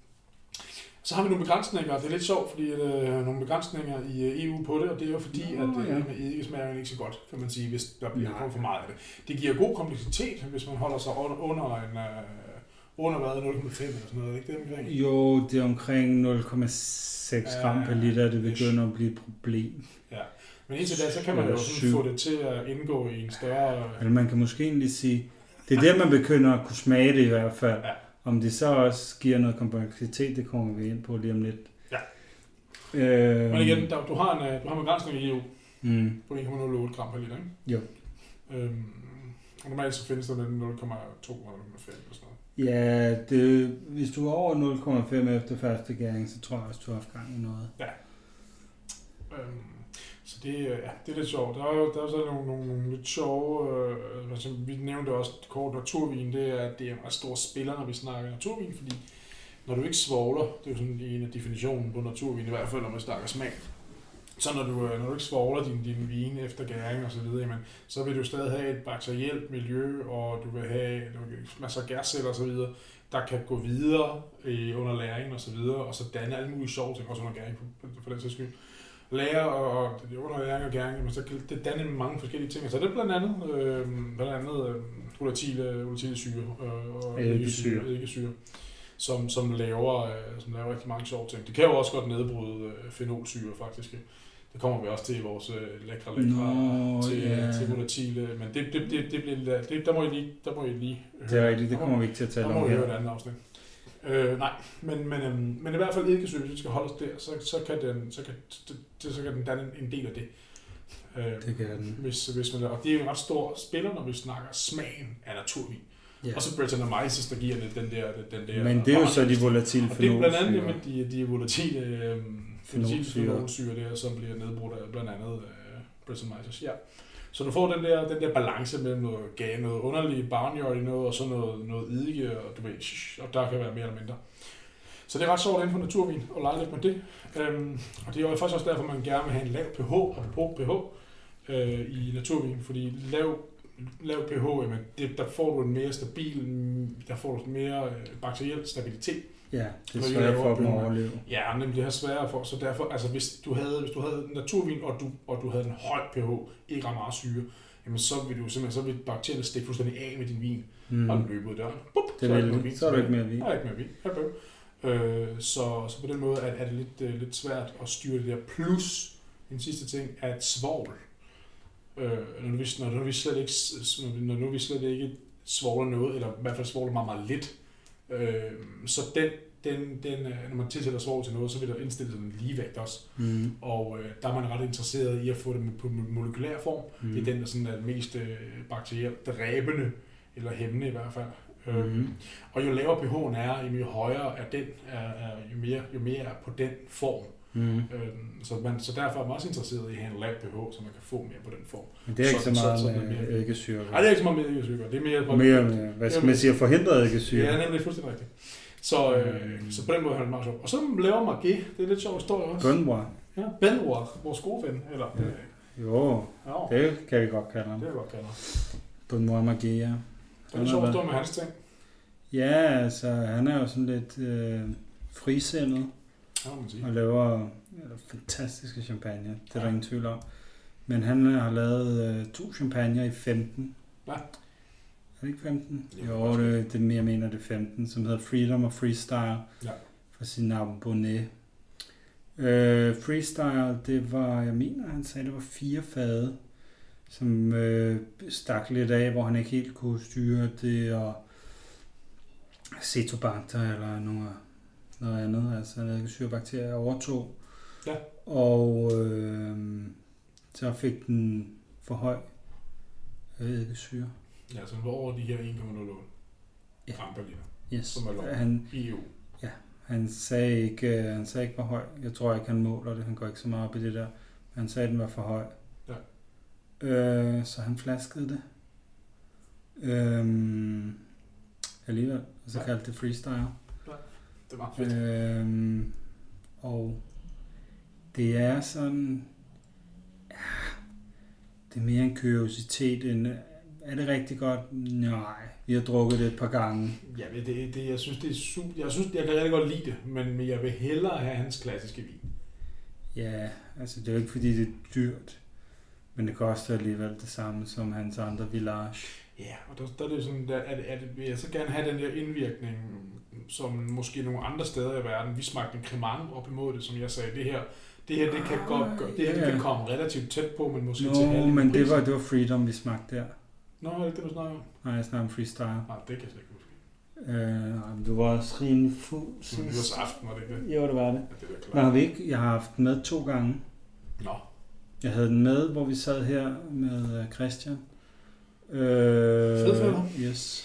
Så har vi nogle begrænsninger, det er lidt sjovt, fordi at, øh, nogle begrænsninger i E U på det, og det er jo fordi, Nå, at øh, ja. med eddike smager ikke så godt, kan man sige, hvis der bliver kommet for meget af det. Det giver god kompleksitet, hvis man holder sig under, under en... Øh, under hvad, nul komma fem eller sådan noget, ikke det omkring? Jo, det er omkring nul komma seks gram per liter, det begynder at blive et problem. Ja, men indtil da, så kan man jo sådan få det til at indgå i en større... Eller man kan måske egentlig sige, det er der, man begynder at kunne smage det i hvert fald. Ja. Om det så også giver noget kompleksitet, det kommer vi ind på lige om lidt. Ja. Øh, men igen, der, du har en, du har en begrænsning i E U mm. på en komma nul otte gram per liter, ikke? Jo. Øhm, og normalt så findes der nul komma to eller nul komma fem eller sådan noget. Ja, det, hvis du er over nul komma fem efter første gæring, så tror jeg også, du har haft gang i noget. Ja. Øhm, så det, ja, det er lidt sjovt. Der er jo der er så nogle, nogle, nogle lidt sjove, øh, altså, vi nævnte også kort naturvin, det er, det er en ret stor spiller, når vi snakker naturvin, fordi når du ikke svovler, det er jo sådan en af definitionen på naturvin, i hvert fald når man snakker smag, så når du, når du ikke svovler din, din vin efter gæring og så videre, jamen, så vil du stadig have et bakterielt miljø, og du vil have masser af gærceller og så videre, der kan gå videre øh, under læringen og så videre, og så danne alle mulige sjove ting, også under gæring for, for den sags skyld. Lærer og under læring og gæring, jamen, så kan det danne mange forskellige ting. Så det er blandt andet, øh, blandt andet øh, volatile, volatile syre øh, og eddikesyre, eddikesyre som, som, laver, øh, som laver rigtig mange sjove ting. Det kan jo også godt nedbryde øh, fenolsyre faktisk. Det kommer vi også til i vores øh, lækre lækre no, til, yeah. til volatile, men det, det, det, det bliver, det, der må I lige, der må I lige høre. Det er rigtigt, det kommer vi ikke til at tale om her. Der må I høre et andet afsnit. Øh, nej, men, men, øhm, men i hvert fald eddikesyre, hvis vi skal holde os der, så, så, kan den, så, kan, det, så kan den danne en del af det. Øh, det kan den. Hvis, hvis man, og det er jo en ret stor spiller, når vi snakker smagen af naturvin. Yeah. Og så Brettanomyces, der giver det den der... Den der men det er jo så de volatile fenolsyre. Og det er blandt andet med de, de volatile øh, fenolsyre, der, som bliver nedbrudt af blandt andet øh, Brettanomyces. Ja. Så du får den der, den der balance mellem noget gave, noget underligt barnjord i noget, og så noget, noget eddike, og, du ved, og der kan være mere eller mindre. Så det er ret sjovt inden for naturvin og lege lidt med det. Øhm, og det er jo faktisk også derfor, man gerne vil have en lav pH, apropos pH, øh, i naturvin. Fordi lav, lav pH, jamen, det, der får du en mere stabil, der får du mere øh, bakteriel stabilitet. Ja, det er svært for dem at overleve. Ja, nemlig det er sværere for. Så derfor, altså hvis du havde, hvis du havde naturvin, og du, og du havde en høj pH, ikke ret meget syre, jamen så vil du simpelthen, så vil bakterierne stikke fuldstændig af med din vin, mm. og den løber ud døren. Bup, det så, er vin, så er der ikke mere vin. Der er ikke mere vin. Ja, øh, så, så på den måde er, er det lidt, uh, lidt svært at styre det der. Plus, en sidste ting, er et svovl. Øh, når, vi, når, når, vi slet ikke, når nu vi slet ikke svovler noget, eller i hvert fald svovler meget, meget lidt, øh, så den, den, den, når man tilsætter svovl til noget, så vil der indstille sig en ligevægt også. Mm. Og øh, der er man ret interesseret i at få det på molekylær form. Mm. Det er den, der sådan er mest øh, bakterielt dræbende, eller hæmmende i hvert fald. Mm. Øhm, og jo lavere pH'en er, jo højere er den, er, er, jo, mere, jo mere er på den form. Mm. Øhm, så, man, så derfor er man også interesseret i at have en lav pH, så man kan få mere på den form. Men det er ikke så, så meget så, så med eddikesyre. Nej, det er ikke så meget med eddikesyre. Det er mere, mere, mere hvad skal man sige, forhindret eddikesyre. Ja, nemlig fuldstændig rigtigt. Så, øh, mm. så på den måde har det meget sjovt. Og så laver Margé, det er lidt sjov historie også. Benoit. Ja, Benoit, vores gode ven. Eller, ja. øh, jo, ja. Det kan vi godt kalde ham. Det kan vi godt kalde ham. Benoit Margé, ja. Det er lidt sjovt at stå med hans ting. Ja, altså han er jo sådan lidt øh, frisindet. Ja, man sige. Og laver eller, fantastiske champagne, det er ja. Der ingen tvivl om. Men han har lavet øh, to champagne i femten. Ja. Er det ikke femten? Jo, jo det, det jeg mener det er femten, som hedder Freedom og Freestyle ja. fra sin Narbonnet. Øh, freestyle, det var, jeg mener han sagde, det var fire fade, som øh, stak lidt af, hvor han ikke helt kunne styre det, og Cetobacter eller noget, noget andet, altså eddikesyrebakterier overtog. Ja. Og øh, så fik den for høj eddikesyre. Ja, så var over de her en komma nul otte ja. gram per liter, yes. som er lov han, i E U. Ja, han sagde ikke, han sagde ikke, hvor høj. Jeg tror ikke, han måler det. Han går ikke så meget op i det der. Men han sagde, at den var for høj. Ja. Øh, så han flaskede det. Øh, alligevel. Og så ja. Kaldte det freestyle. Ja, det var fedt. Øh, og det er sådan... Ja, det er mere en kuriositet end... Er det rigtig godt? Nej, vi har drukket det et par gange. Ja, det, det, jeg synes, det er super. Jeg synes, jeg kan rigtig godt lide det, men jeg vil hellere have hans klassiske vin. Ja, altså det er jo ikke fordi, det er dyrt, men det koster alligevel det samme som hans andre Village. Ja, og der, der er det sådan, der er det, er det, vil jeg så gerne have den der indvirkning, som måske nogle andre steder i verden. Vi smagte en cremant op imod det, som jeg sagde, det her, det her det kan ah, godt gøre, det her ja. Det kan komme relativt tæt på, men måske Nå, til halv. men det var, det var Freedom, vi smagte der. Nå, er det ikke det, du snakker om? Nej, jeg snakker om freestyle. Nej, det kan jeg slet ikke huske. Øh, nej, men du var også rimelig fuld. Det var nytårsaften, var det ikke det? Jo, det var det. Ja, det er klart. Men har vi ikke? Jeg har haft den med to gange. Nå. Jeg havde den med, hvor vi sad her med Christian. Øh, Fedfælder? Yes.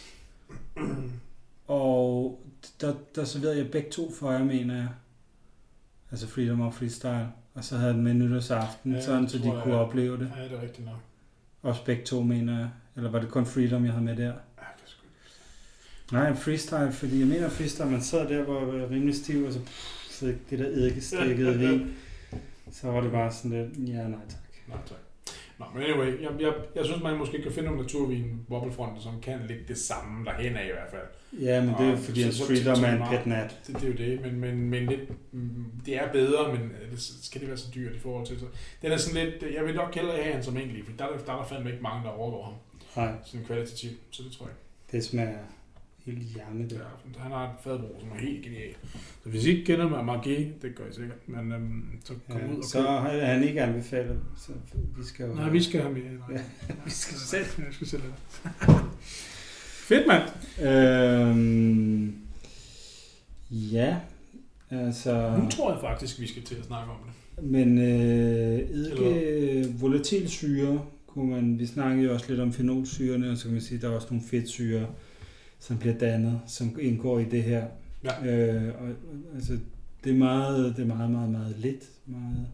Og der, der serverede jeg begge to for jer, mener jeg. Altså Freedom og Freestyle. Og så havde jeg den med nytårsaften, ja, sådan så de jeg, kunne opleve det. Ja, det er rigtigt nok. Også begge to, mener jeg. Eller var det kun Freedom, jeg havde med der? Ja, det er sgu ikke. Nej, Freestyle, fordi jeg mener Freestyle, man sad der, hvor jeg var rimelig stiv, og så pff, fik det der eddikestikket vin. Så var det bare sådan lidt, ja, nej tak. Nej tak. Nå, men anyway, jeg, jeg, jeg synes, man måske kan finde nogle naturvin Bobblefronten, som kan lidt det samme derhen af i hvert fald. Ja, men det er fordi, hans Freedom er en pet nat. Det, det er jo det, men, men, men lidt, det er bedre, men det, skal det være så dyrt i forhold til så. Den er sådan lidt, jeg vil nok hellere have han som egentlig, for der, der er der fandme ikke mange, der overgår ham. Nej. Sådan kvalitativt, så det tror jeg. Det smager helt hjerne der. Ja, han har et fadbrug, som er helt genialt. Så hvis I ikke kender mig Margé, det gør I sikkert, men øhm, så kom ja, ud og så har han ikke anbefalet, så vi skal jo... Nej, vi skal have med. Ja, vi skal selv. Ja, vi skal selv det. Fedt, mand! Øhm, ja, altså... Nu tror jeg faktisk, vi skal til at snakke om det. Men øh, eddike volatilsyre, kunne man... Vi snakkede jo også lidt om fenolsyrene, og så kan man sige, at der er også nogle fedtsyre, som bliver dannet, som indgår i det her. Ja. Øh, og, altså, det er meget, det er meget, meget, meget lidt. Meget,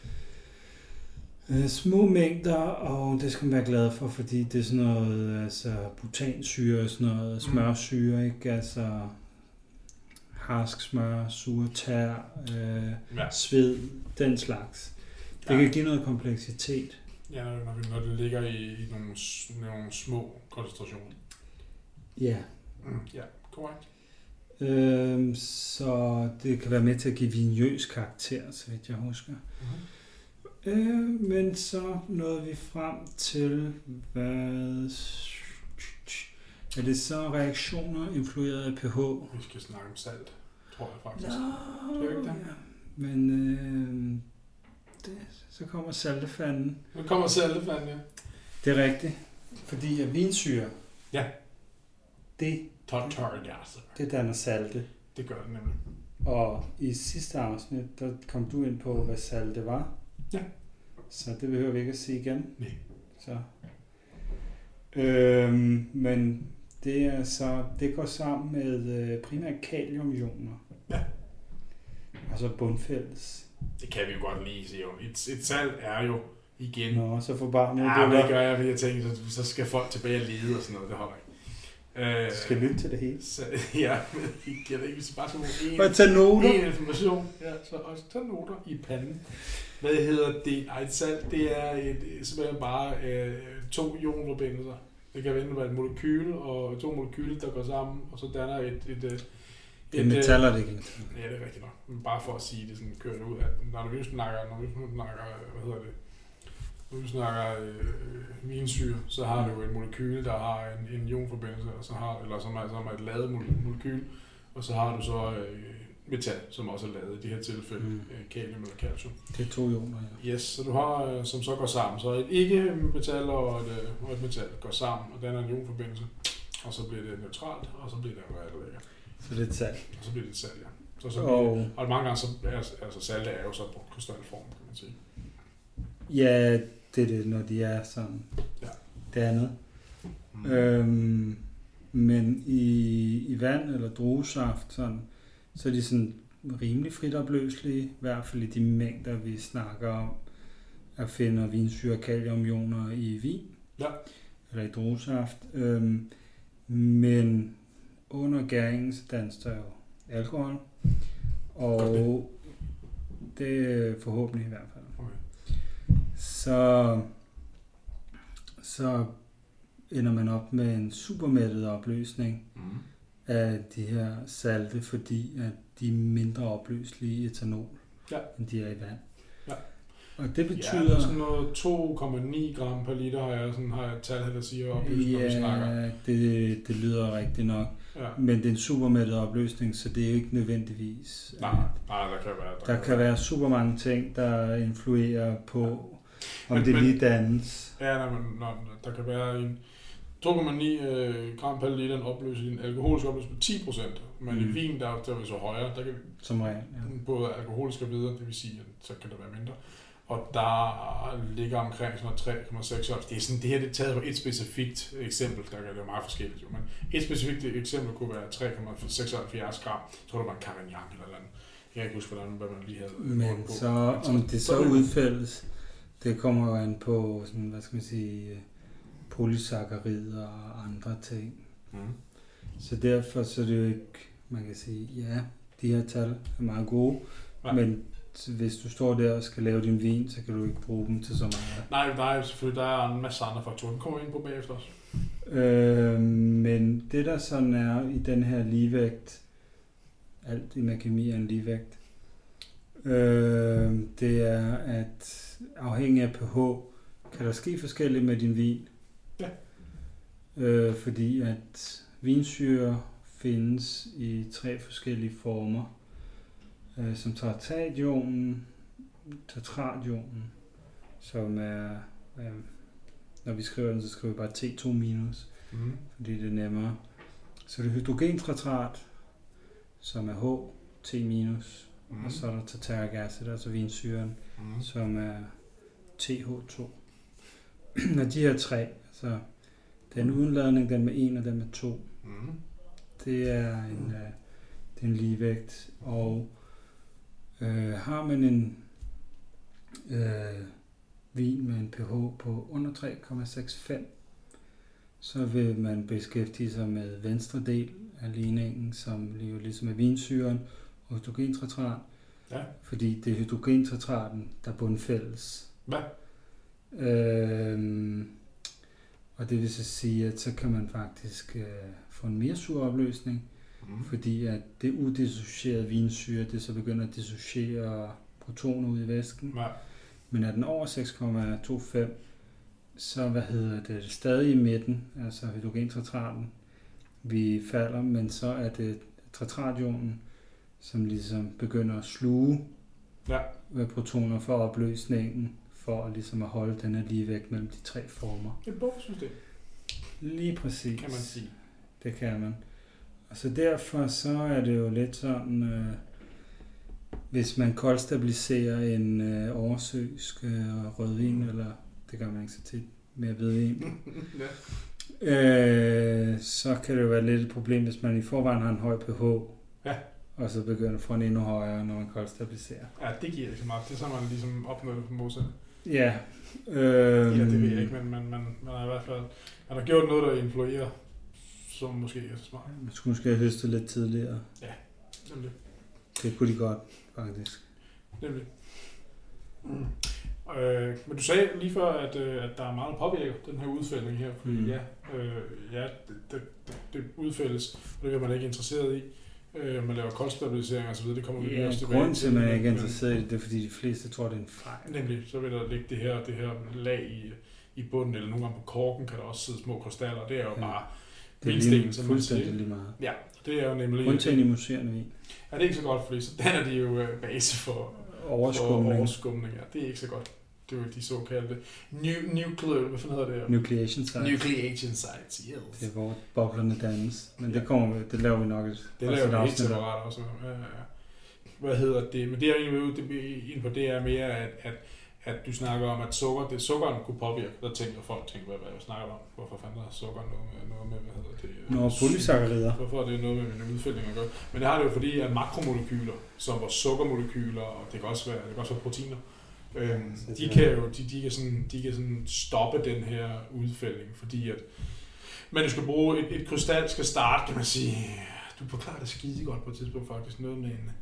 øh, små mængder, og det skal man være glad for, fordi det er sådan noget, altså butansyre, sådan noget smørsyre, ikke? Altså harsk smør, sure tær, øh, ja. sved, den slags. Det ja. kan give noget kompleksitet. Ja, når, når det ligger i, i nogle, nogle små koncentrationer. Ja. Mm, ja, korrekt. Øhm, så det kan være med til at give vinøs karakter, så vidt jeg husker. Mm-hmm. Øh, men så nåede vi frem til, hvad... Er det så reaktioner influeret af pH? Vi skal snakke om salt, tror jeg faktisk. Nå, det er ikke det? Ja. Men øh, det, så kommer saltefanden. Nu kommer saltefanden, ja. Det er rigtigt. Fordi at vinsyre, ja. det, Tartargasser. det danner salte. Det gør det nemlig. Og i sidste afsnit, der kom du ind på, hvad salte var. Ja. Så det behøver vi ikke at sige igen. Nej. Så. Øhm, men det er så, det går sammen med øh, primært kaliumioner. Ja. Altså bundfælles. Det kan vi jo godt lige se. Et, et salt er jo igen... Nå, så får bare noget. Ja, det gør jeg, fordi jeg tænker, så, så skal folk tilbage og lede og sådan noget. Det holder ikke. Øh, du skal lytte til det hele. Så, ja, men I giver det ikke. Hvis bare sådan en, og tage noter. En information. Ja, så også tage noter i panden. Hvad hedder det? Ej, et salt, det er et, simpelthen bare øh, to ionforbindelser. Det kan enten være et molekyl og to molekyler, der går sammen, og så danner et... et, et det er metaller, det ikke. Ja, det er rigtigt nok. Men bare for at sige det, sådan kører det ud, at når vi snakker, når vi snakker, hvad hedder det, når vi snakker øh, vinsyre, så har det jo et molekyl, der har en, en ionforbindelse, og så har, eller som er, som er et ladet molekyl, og så har du så øh, metal, som også er lavet i de her tilfælde, mm. øh, kalium eller calcium. Det er to ioner, ja. Yes, så du har, øh, som så går sammen. Så et ikke-metal og et, øh, og et metal går sammen, og danner en ionforbindelse, og så bliver det neutralt, og så bliver det hvad der ligger. Så det er et salt. Og så bliver det et salt, ja. Så, så og, bliver, og mange gange, så er altså, salte er jo så på krystalform, kan man sige. Ja, det er det, når de er sådan ja. dannet. Mm. Øhm, men i, i vand eller druesaft, sådan, så er de sådan rimelig frit opløselige, i hvert fald i de mængder, vi snakker om, at finde vinsyre og kaliumioner i vin, ja. eller i druesaft. Øhm, men under gæringen, så dannes der jo alkohol, og det er forhåbentlig i hvert fald. Okay. Så, så ender man op med en supermættet opløsning mm. af de her salte, fordi at de er mindre opløselige i etanol, ja. end de er i vand. Ja. Og det betyder... Ja, det er sådan noget to komma ni gram per liter, har jeg, sådan, har jeg et tal her, der siger opløsning, ja, når vi snakker. Ja, det, det lyder rigtigt nok. Ja. Men det er en supermættet opløsning, så det er jo ikke nødvendigvis... Nej, nej, der kan være... Der, der kan, kan være. være super mange ting, der influerer på, om men, det lige dannes. Ja, nej, men når, der kan være en to komma ni gram per liter, en opløsning, en alkoholisk opløsning på ti procent. Men mm. i vin, der, der er vi så højere, der kan som regel, ja. Både alkoholisk og videre, det vil sige, at så kan der være mindre. Og der ligger omkring sådan tre komma seks. Det er sådan, det her det er taget på et specifikt eksempel, der er det meget forskelligt jo, men et specifikt eksempel kunne være tre komma seksoghalvfjerds gram. Jeg tror det var en Carignan eller noget. Jeg kan ikke huske, hvordan hvad man lige havde. Men på. Så om det så udfældes, det kommer jo an på sådan, hvad skal man sige, polysakkarider og andre ting. Mm. Så derfor så er det jo ikke, man kan sige, ja, de her tal er meget gode, ja. Men hvis du står der og skal lave din vin, så kan du ikke bruge dem til så meget. Nej, der er selvfølgelig der er en masse andre faktorer, den kommer ind på bagefter også. Øh, men det der sådan er i den her ligevægt, alt i med kemi er en ligevægt, øh, det er, at afhængig af pH, kan der ske forskelligt med din vin. Ja. Øh, fordi at vinsyre findes i tre forskellige former. Øh, som tartrationen, tartrationen, som er, øh, når vi skriver den, så skriver vi bare T to minus, mm. fordi det er nemmere. Så det er hydrogentartrat, som er H, T minus, mm. og så er der tartaric acid, altså vinsyren, mm. som er T H to. Og de her tre, altså den udenladning, den med en og den med to, mm. det er en, øh, det er en ligevægt, og Øh, har man en øh, vin med en pH på under tre komma seks fem, så vil man beskæftige sig med venstre del af ligningen, som jo ligesom er vinsyren og hydrogentratrat. Ja. Fordi det er hydrogentratraten, der er bundfælles. Hvad? Øhm, og det vil så sige, at så kan man faktisk øh, få en mere sur opløsning, mm. fordi at det udissocierede vinsyre, det så begynder at dissociere protoner ud i væsken. Ja. Men er den over seks komma tooghalvfems, så hvad hedder det, stadig i midten, altså hydrogentratraten, vi falder, men så er det tratrationen, som ligesom begynder at sluge ja. protoner for opløsningen, for ligesom at holde den her ligevægt mellem de tre former. Et buffersystem. Lige præcis. Kan man sige. Det kan man. Og så derfor så er det jo lidt sådan, øh, hvis man koldstabiliserer en øh, oversøisk øh, rødvin, eller det gør man ikke så tit med hvidvin, ja. øh, så kan det jo være lidt et problem, hvis man i forvejen har en høj pH, ja. og så begynder at få en endnu højere, når man koldstabiliserer. Ja, det giver ikke så meget. Det er så, man ligesom opnået det på modsat. Ja. Øh, ja, det ved jeg ikke, men man, man, man har i hvert fald man har gjort noget, der influerer, som måske ikke er så smart. Man skulle måske have høstet lidt tidligere. Ja, nemlig. Det kunne de godt, faktisk. Nemlig. Mm. Øh, men du sagde lige før, at, øh, at der er meget, der påvirker den her udfældning her, fordi mm. ja, øh, ja det, det, det udfældes, og det er man ikke interesseret i. Øh, man laver koldstabilisering og så videre, det kommer vi ja, også tilbage til. Grunden til, at man ikke er interesseret i det, det er, fordi de fleste tror, det er en fejl. Nemlig, så vil der ligge det her, det her lag i, i bunden, eller nogle gange på korken kan der også sidde små krystaller, det er jo ja. bare vildsten, som man siger. Lige meget. Ja, det er jo nemlig... Undtagen i museerne vin. Ja, det er ikke så godt, fordi så danner de jo base for overskumning. For overskumning, ja. Det er ikke så godt. Det er jo de såkaldte nuclear, hvad fanden hedder det? Nucleation sites. Nucleation sites, yes. Det er hvor boblerne dannes. Men ja. det kommer vi, det laver vi nok et Det laver vi helt separat også. Ja, ja. Hvad hedder det? Men det er egentlig ude ind på, det er mere, at, at, at du snakker om, at sukker, det sukkeren kunne påvirke. Der tænker folk, tænker, hvad, hvad jeg snakker om? Hvorfor fanden har sukker noget med, noget med, hvad hedder det? Nå, polysakkarider. Hvorfor er det noget med min udfældning at gøre? Men det har det jo fordi, at makromolekyler, som var sukkermolekyler, og det kan også være, det kan også være proteiner, Øhm, de kan jo de, de kan sådan, de kan sådan stoppe den her udfældning, fordi at man skal bruge et, et krystal skal starte, kan man sige. Du forklarer det skide godt på et tidspunkt faktisk, noget med en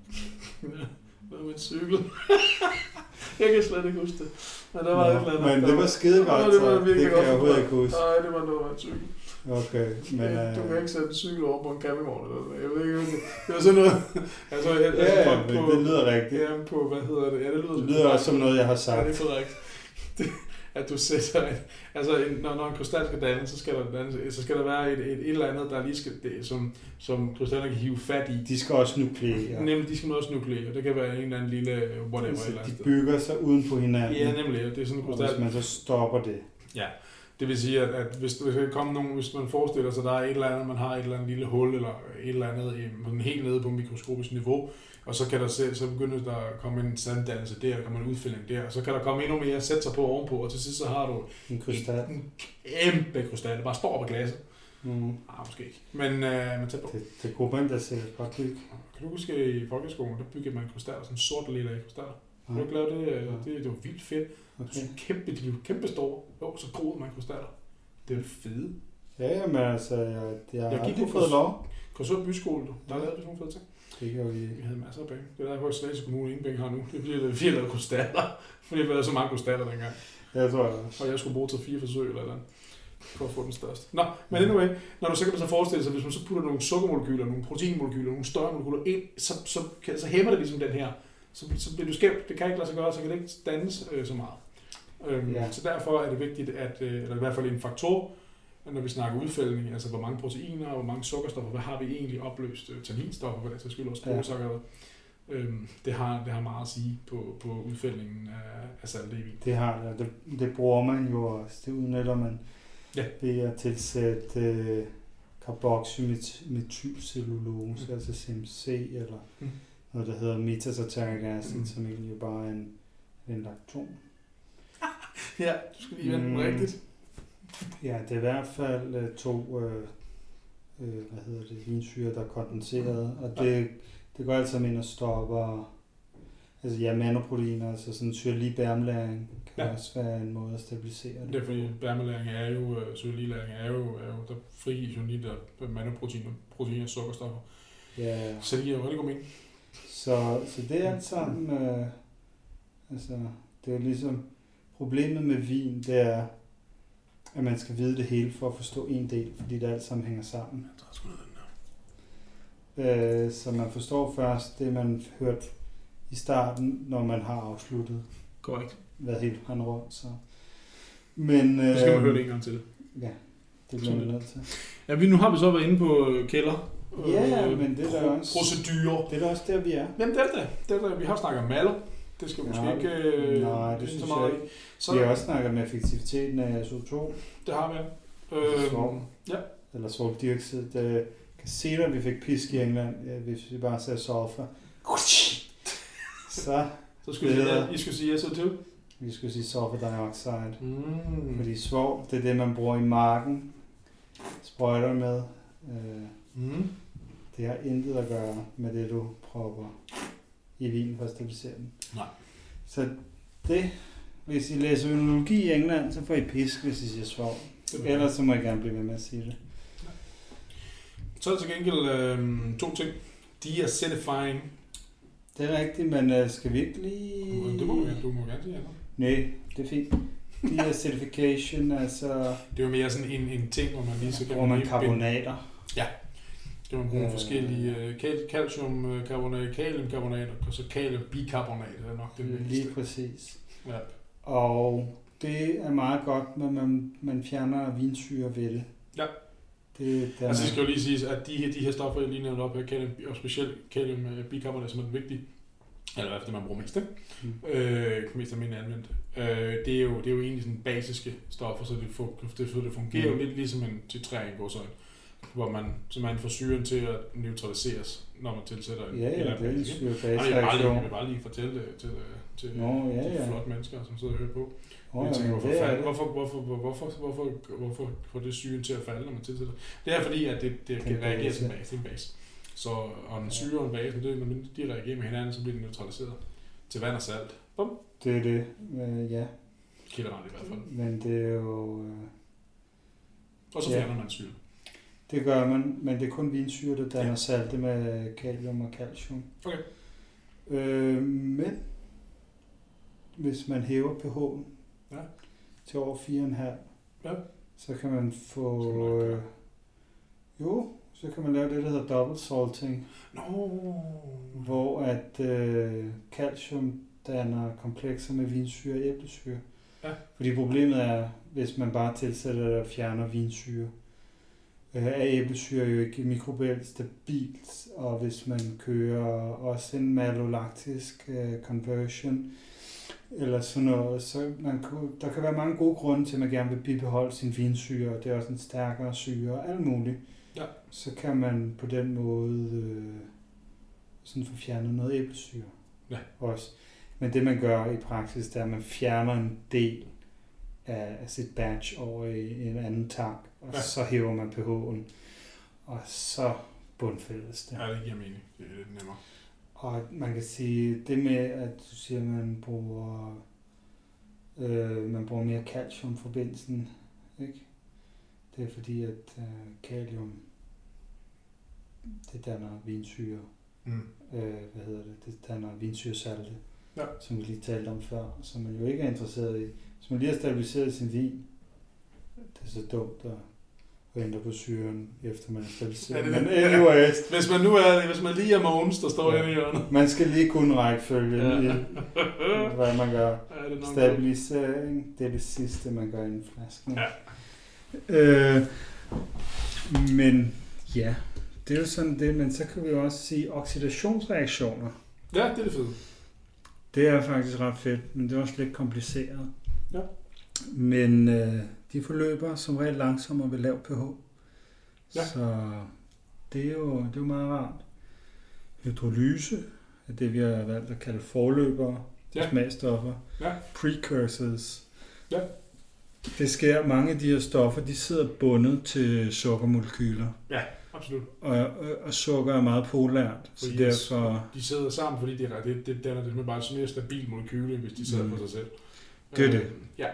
noget med en cykel. Jeg kan slet ikke huske det. Men der var Nå, et eller andet. Men det var skide godt, det, var det kan jeg overhovedet ikke huske. Nej, det var noget med en cykel. Okay, men... Du kan ikke sætte en cykel over på en campingvogn eller noget. Jeg ved ikke, det var sådan noget... Altså, jeg, ja, altså, ja, på, det lyder rigtigt. Ja, på, hvad hedder det? Ja, det lyder, det lyder også som noget, jeg har sagt. Ja, det er korrekt. Det, at du sætter... En, altså, en, når, når en krystal skal danne, så skal der, danne, så skal der være et, et, et eller andet, der lige skal... Det, som, som krystaller kan hive fat i. De skal også nukleere. Nemlig, de skal også nukleere. Det kan være en eller anden lille whatever. Altså, eller de bygger sig uden på hinanden. Ja, nemlig. Det er sådan en krystal. Og hvis man så stopper det. Ja. Det vil sige, at, at hvis der kan komme nogen, hvis man forestiller sig, at der er et eller andet, man har et eller andet lille hul, eller et eller andet helt nede på mikroskopisk niveau, og så kan der se, så begynder der at komme en sanddannelse der, der kommer en udfældning der, og så kan der komme endnu mere, sætte sig på ovenpå, og til sidst så har du en krystal. En kæmpe krystal, der bare står på glasset. Mm. Ah, måske ikke. Men øh, man tager på. Det, det kunne man da sikkert bare bygge. Kan du huske, i folkeskolen, der byggede man krystaller, sådan en sort lille af krystaller. Har du ikke lavet det? Ja. Det, det var vildt fedt. Okay. Kæmpe, de blev kæmpe store. Jo, så groede man krystaller. Det er jo fede. Ja, ja, men altså, jeg, jeg, jeg har gik aldrig fået lov. Korsør Byskole, du. Der ja. lavede vi sådan nogle fede ting. Det gør vi ikke. Vi havde masser af penge. Det er derfor, at Slagelse Kommune ingen penge har nu. Det er fordi, at vi har lavet krystaller. Fordi vi havde så mange krystaller dengang. Ja, tror jeg også. Og jeg skulle bruge til fire forsøg eller andet. For at få den største. Nå, men anyway, når du så kan man så forestille sig, hvis man så putter nogle sukkermolekyler, nogle proteinmolekyler, nogle større molekyler ind, så, så, så, så hæmmer det ligesom den her. Så, så bliver du skævt. Det kan ikke lade sig gøre, så kan det ikke dannes øh, så meget. Øhm, ja. Så derfor er det vigtigt, at, øh, eller i hvert fald en faktor, når vi snakker udfældning, altså hvor mange proteiner og hvor mange sukkerstoffer, hvad har vi egentlig opløst øh, tanninstoffer, for det så skylder også kolsyre. Ja. Øhm, det, har, det har meget at sige på, på udfældningen af, af salt i vin. Det har det, det, det bruger man jo også. Det udnytter man ja. ved at tilsætte øh, carboxymetylcellulose, mm. altså C M C, eller mm. noget, der hedder metatartaric acid, mm. som egentlig bare er en, en lakton. Ja, du skal lige vende mm. rigtigt. Ja, det er i hvert fald uh, to øh, øh, hvad hedder det, vinsyre, der er kondenseret, og det, det går altså ind og stopper, Altså ja, manoproteiner, altså sådan syrlig bærmlæring kan Ja. også være en måde at stabilisere det. Det er fordi bærmelæring er jo, syrelilæring er jo, er jo der frigives jo lige der manoproteiner, proteiner og sukkerstoffer. Ja. Så det giver jo rigtig god mening. Så, så det er alt sammen, øh, altså det er jo ligesom, problemet med vin, det er, at man skal vide det hele for at forstå en del, fordi det alt sammen hænger sammen. Jeg tror sgu den der. Øh, så man forstår først det, man hørte i starten, når man har afsluttet. Korrekt. Været helt han rundt, så. Men, øh, Så skal man høre det en gang til. Ja, det bliver man nødt til. Ja, vi, nu har vi så været inde på kælder. Ja, øh, men det er da pro- også... procedurer. Det er da også der, vi er. Jamen, det er det. det, er det. Vi har snakket om maler. Det skal vi måske Ja, ikke... Øh, nej, det ikke synes så meget jeg i. Så, Vi har også snakket om effektiviteten af S O to. Det har vi. Øh, Svovl. ja. Eller svovldioxid. Det kan se, at vi fik pisk i England, hvis vi bare sagde sulfur. Så Så skulle vi bedre. sige, I skulle sige S O to. vi skulle sige sulfur dioxide. Mm. Fordi svovl, det er det, man bruger i marken. Sprøjter med. Øh, Mm. Det har intet at gøre med det, du propper i vinen for at stabilisere den. Nej. Så det, hvis I læser ønologi i England, så får I pisk, hvis I siger svovl. Ellers så må I gerne blive ved med at sige det. Så er der til gengæld øh, to ting. Deacidifying. Det er rigtigt, men uh, skal vi ikke lige... Det må du gerne, du må gerne sige andet. Nej, det er fint. Deacidification, altså... Det er jo mere sådan en, en ting, hvor man lige så kan Hvor man lige karbonater. Ja. Det er man bruger Øh. forskellige øh, cal- calciumkarbonat, kaliumkarbonat og så kaliumbikarbonat er nok den vigtigste. Lige præcis. Ja. Og det er meget godt, når man, man fjerner vinsyre ved det. Ja. Det, der Altså det skal jo lige siges, at de her, de her stoffer, jeg lige nævnte op her, kalium, og specielt kaliumbikarbonat, som er den vigtige, eller i hvert fald det, man bruger mest, ikke? Mm. Øh, mest almindeligt anvendt. Øh, det, er jo, det er jo egentlig sådan basiske stoffer, så det, for, det, det fungerer Mm. jo lidt ligesom en titræring, hvor man, så man får syren til at neutraliseres, når man tilsætter en Ja, ja, eller det er en base, ikke? Ej, jeg, vil bare lige, syre-base-reaktion. jeg vil bare lige fortælle det til, til, Nå, ja, til ja. de flotte mennesker, som sidder og hører på. Oh, Jeg tænker, ja, hvorfor, det er fald, det. hvorfor, hvorfor, hvorfor, hvorfor, hvorfor, hvorfor får det syren til at falde, når man tilsætter? Det er fordi, at det, det kan base. reagere til base, en base. Så og en syre og en base, det, når de reagerer med hinanden, så bliver de neutraliseret til vand og salt. Bum. Det er det, øh, ja. Kilderand i hvert fald. Men det er jo... Øh, Og så Ja. fjerner man syre. det gør man, men det er kun vinsyre, der danner Ja. salte med kalium og calcium. Okay. Øh, men hvis man hæver pH'en Ja. til over fire komma fem, Ja. så kan man få... Skal man ikke Øh, jo, så kan man lave det, der hedder double salting, Nå. hvor at øh, calcium danner komplekser med vinsyre og æblesyre. Ja. Fordi problemet er, hvis man bare tilsætter eller fjerner vinsyre, øh, er æblesyre jo ikke mikrobielt stabilt, og hvis man kører også en malolaktisk øh, conversion, eller sådan noget, så man kunne, der kan være mange gode grunde til, at man gerne vil bibeholde sin vinsyre, og det er også en stærkere syre og alt muligt. Ja. Så kan man på den måde øh, sådan få fjernet noget æblesyre Ja. også. Men det man gør i praksis, det er, at man fjerner en del af, af sit batch over i en anden tank, og Ja. så hæver man pH'en, og så bundfældes det. Ja, det giver mening. Det er lidt nemmere. Og man kan sige, det med, at du siger, at man bruger, øh, man bruger mere calciumforbindelsen, ikke? Det er fordi, at øh, kalium, det danner vinsyre. Mm. Øh, hvad hedder det? Det danner vinsyresalte, Ja. som vi lige talte om før, som man jo ikke er interesseret i. Hvis man lige har stabiliseret sin vin, det er så dumt at at ændre på syren, efter man er stabiliseret. Ja, det er Men det. anyways, Hvis man nu er, hvis man lige er Mogens, der står Ja. henne i hjørnet. man skal lige kunne rækkefølge Ja. i, hvad man gør. Ja, det er nok Stabilisering, det er det sidste, man gør i en flaske. Ja. Øh, men ja, det er jo sådan det, men så kan vi jo også sige oxidationsreaktioner. Ja, det er det fede. Det er faktisk ret fedt, men det er også lidt kompliceret. Ja. Men øh, de forløber som regel langsommere ved lav pH. Ja. Så det er, jo, det er jo meget rart. Hydrolyse er det, vi har valgt at kalde forløbere til Ja. smagstoffer. Ja. Precursors. Ja. Det sker, mange af de her stoffer, de sidder bundet til sukkermolekyler. absolut. Og, og, og sukker er meget polært, så Fordi derfor... De sidder sammen, fordi det, er, det, det danner det bare et mere stabilt molekyle, hvis de sidder mm. på sig selv. Det er det. Øh, ja.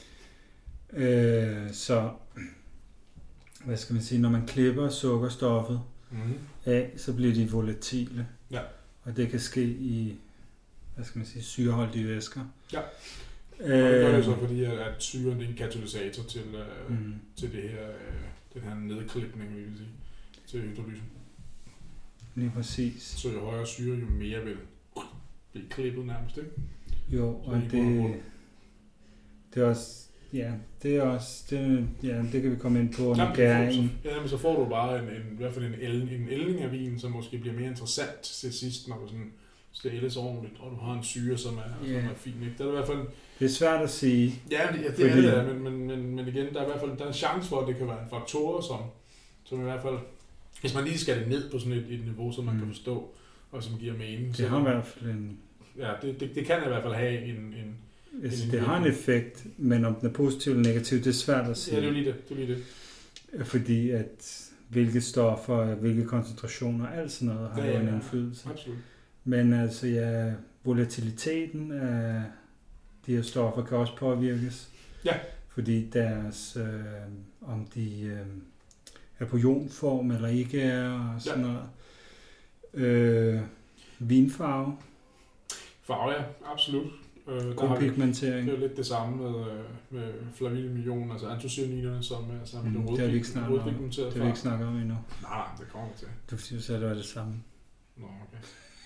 Øh, så, hvad skal man sige, når man klipper sukkerstoffet mm-hmm. af, så bliver de volatile. Ja. Og det kan ske i, hvad skal man sige, syreholdige væsker. Ja. Og det gør det så, fordi at, at syren er en katalysator til, øh, mm. til det her, øh, den her nedklipning, vil jeg sige, til hydrolysen. Lige præcis. Så jo højere syre, jo mere vil blive klippet nærmest, ikke? Jo, og det, det er også, ja, det er også, det, ja, det kan vi komme ind på under gæringen. Ja, men så får du bare en, en, i hvert fald en, el, en ældning af vinen, som måske bliver mere interessant til sidst, når du sådan, så det ældes ordentligt, og du har en syre, som er, yeah. som er fin, ikke? Det er i hvert fald... Det er svært at sige. Ja, det, ja, det fordi... er det, men, men, men, men igen, der er i hvert fald der er en chance for, at det kan være en faktor, som, som i hvert fald, hvis man lige skal det ned på sådan et, et niveau, som man mm. kan forstå, og som giver mening. Det så, har i hvert fald en... Ja, det, det, det kan i hvert fald have en... en, altså, en det har en effekt, men om den er positiv eller negativ, det er svært at sige. Ja, det er lige det. det, er lige det. Fordi at hvilke stoffer, hvilke koncentrationer, alt sådan noget har ja, ja, ja. en indflydelse. Absolut. Men altså, ja, volatiliteten af de her stoffer kan også påvirkes. Ja. Fordi deres, øh, om de øh, er på ionform eller ikke er, og sådan ja. noget. Øh, vinfarve. Farve, ja, absolut. Øh, God pigmentering. Det er jo lidt det samme med, med flavilimionen, altså antocyaninerne, som er sammen med mm, det har vi ikke snakket om. Det har vi ikke snakket om endnu. Nej, det kommer til. Det er fordi, du sagde, at det var det samme. Nå, okay.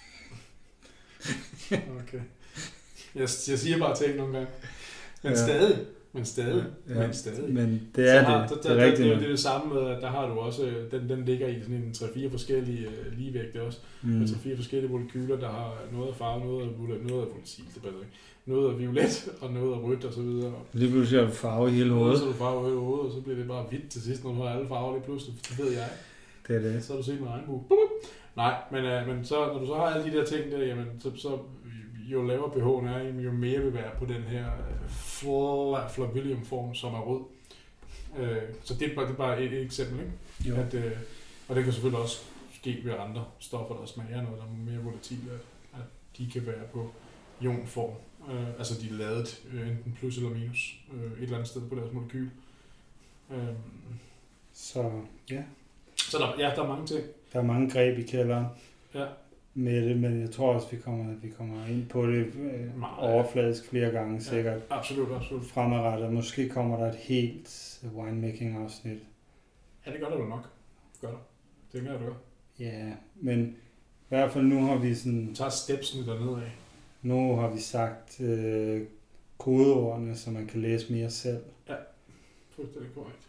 Okay. Jeg, jeg siger bare ting nogle gange. Men ja. stadig. Men stadig. Ja, men stadig. Men det er har, det. Der, det, der, er der, rigtigt. Det, det er det samme med, at der har du også, den, den ligger i sådan en tre-fire forskellige uh, ligevægte også. Mm. Altså fire forskellige molekyler, der har noget af farve, noget af violet, noget af volatil, det bedre ikke. Noget af violet, og noget af rødt, og så videre. Lige pludselig har du farve i hele hovedet. Så har du farve i hele hovedet, og så bliver det bare hvidt til sidst, når du har alle farver lige pludselig. Det ved jeg. Det er det. Så har du set en regnbue. Nej, men, uh, men så, når du så har alle de der ting der, jamen, så, så jo lavere pH'en er, jo mere vil være på den her uh, flavilium-form, som er rød. Uh, så det er bare, det er bare et, et eksempel, ikke? At, uh, og det kan selvfølgelig også ske ved andre stoffer, der smager noget, der er mere volatile, at, at de kan være på ionform. Uh, altså de er lavet uh, enten plus eller minus uh, et eller andet sted på deres molekyl. Uh, så ja. Så der, ja, der er mange ting. Der er mange greb i kælderen. Ja. Med det, men jeg tror også, vi kommer, vi kommer ind på det øh, overfladisk flere gange sikkert. Ja, absolut, absolut. Fremadrettet. Måske kommer der et helt winemaking-afsnit. Ja, det gør der jo nok. Det gør der. Det gør du. Ja, men i hvert fald nu har vi sådan... Du tager stepsene dernede af. Nu har vi sagt øh, kodeordene, så man kan læse mere selv. Ja, fuldstændig korrekt.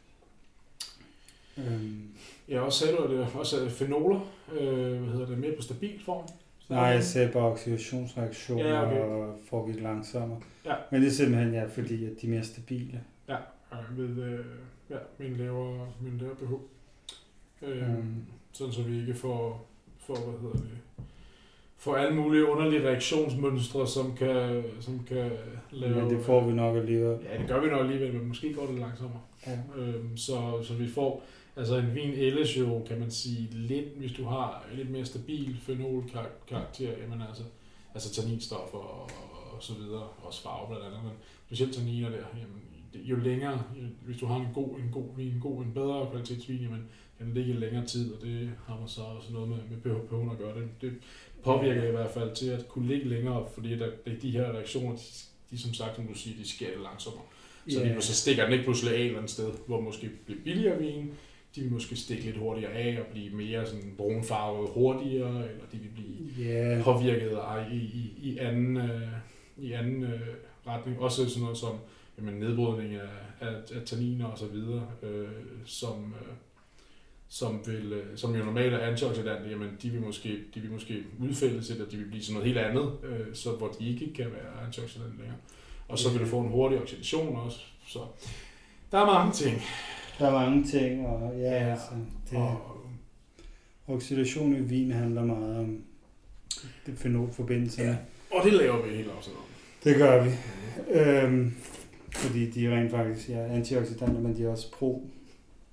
Øhm. Ja, også sagde du, at det også er fenoler, øh, hvad hedder det, mere på stabil form? Nej, jeg sagde bare oxidationsreaktioner ja, okay. og foregik langsommere. Ja. Men det er simpelthen ja, fordi, at de er mere stabile. Ja, med, øh, ja, med en lavere, med en lavere pH. Øh, um. Sådan så vi ikke får, får, hvad hedder det, får alle mulige underlige reaktionsmønstre, som kan, som kan lave... Men det får vi nok alligevel. Ja, det gør vi nok alligevel, men måske går det langsommere. Ja. Øhm, så, så vi får... Altså en vin ældes jo, kan man sige, lidt, hvis du har lidt mere stabil fenolkarakter, jamen altså, altså tanninstoffer og, og så videre, også farve blandt andet, men specielt tanniner der, jamen, jo længere, hvis du har en god, en god vin, en god, en bedre kvalitetsvin, jamen, kan den ligge i længere tid, og det har man så også noget med, med pH'en at gøre. Det, det påvirker i hvert fald til at kunne ligge længere, fordi der, de her reaktioner, de, de som sagt, som du siger, de sker langsommere. Så yeah. de, så stikker den ikke pludselig af et eller andet sted, hvor måske bliver billigere vin, de vil måske stikke lidt hurtigere af og blive mere sådan brunfarvet hurtigere, eller de vil blive yeah. påvirket af, i, i, i anden, øh, i anden øh, retning. Også sådan noget som jamen, nedbrydning af, af, af tanniner og så videre, øh, som, øh, som, vil, øh, som jo normalt er antioxidanter, jamen de vil måske, de vil måske udfældes, eller de vil blive sådan noget helt andet, øh, så hvor de ikke kan være antioxidanter længere. Og så vil du få en hurtig oxidation også. Så der er mange ting. Der er mange ting, og ja, ja altså, det, og, oxidation i vin handler meget om det fenolforbindelserne. Ja, og det laver vi helt også om. Det gør vi. Mm. Øhm, fordi de er rent faktisk ja, antioxidanter, men de er også pro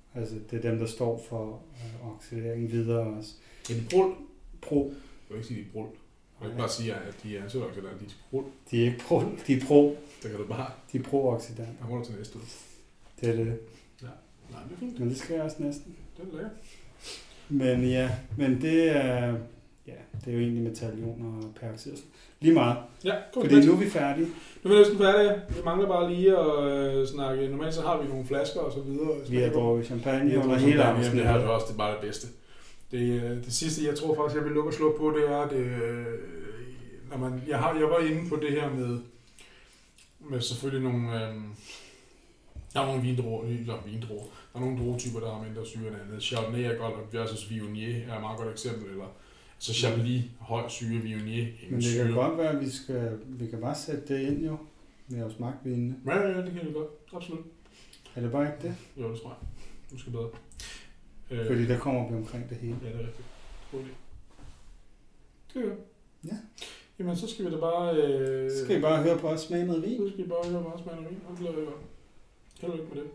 Altså, det er dem, der står for øh, oxidering videre også. Er de brul? Pro. Jeg vil ikke sige, de er brul. Jeg vil ikke bare sige, at de er antioxidanter, de er brul. De er ikke pro, de er pro. Det kan du bare. De er pro-oxidanter. Jeg holder til næste uge. Det er det. Ja. Nej, det er fint. Men det skal jeg også næsten. Det er lækkert. Men ja, men det er, ja, det er jo egentlig metalioner og peroxid. Lige meget. Ja, kom fordi nu er vi færdige. Nu er vi næsten færdige. Vi mangler bare lige at øh, snakke. Normalt så har vi nogle flasker og så videre. Vi har drukket champagne under hele afsnittet. Det her er også det bare det bedste. Det, det sidste, jeg tror faktisk, jeg vil lukke og slå på, det er, det, når man, jeg, har, jeg var inde på det her med, med selvfølgelig nogle, øh, der er nogle vindruer, eller vindruer, der er nogle druetyper, der har mindre syre end andet. Chardonnay er godt, versus Viognier er et meget godt eksempel, eller så Chablis, høj syre, Viognier, men det kan godt være, at vi skal, vi kan bare sætte det ind jo, med at smage vinene. Ja, ja, det kan vi godt, absolut. Er det bare ikke det? Jo, det tror jeg. Du skal bedre. Fordi der kommer vi omkring det hele. Ja, det er rigtigt. God idé. Det er jo. Ja. Jamen, så skal vi da bare... Øh... Så skal vi bare høre på os smage noget vin. Så skal vi bare høre på os smage noget vin. Og det bliver godt. Held og lykke med det.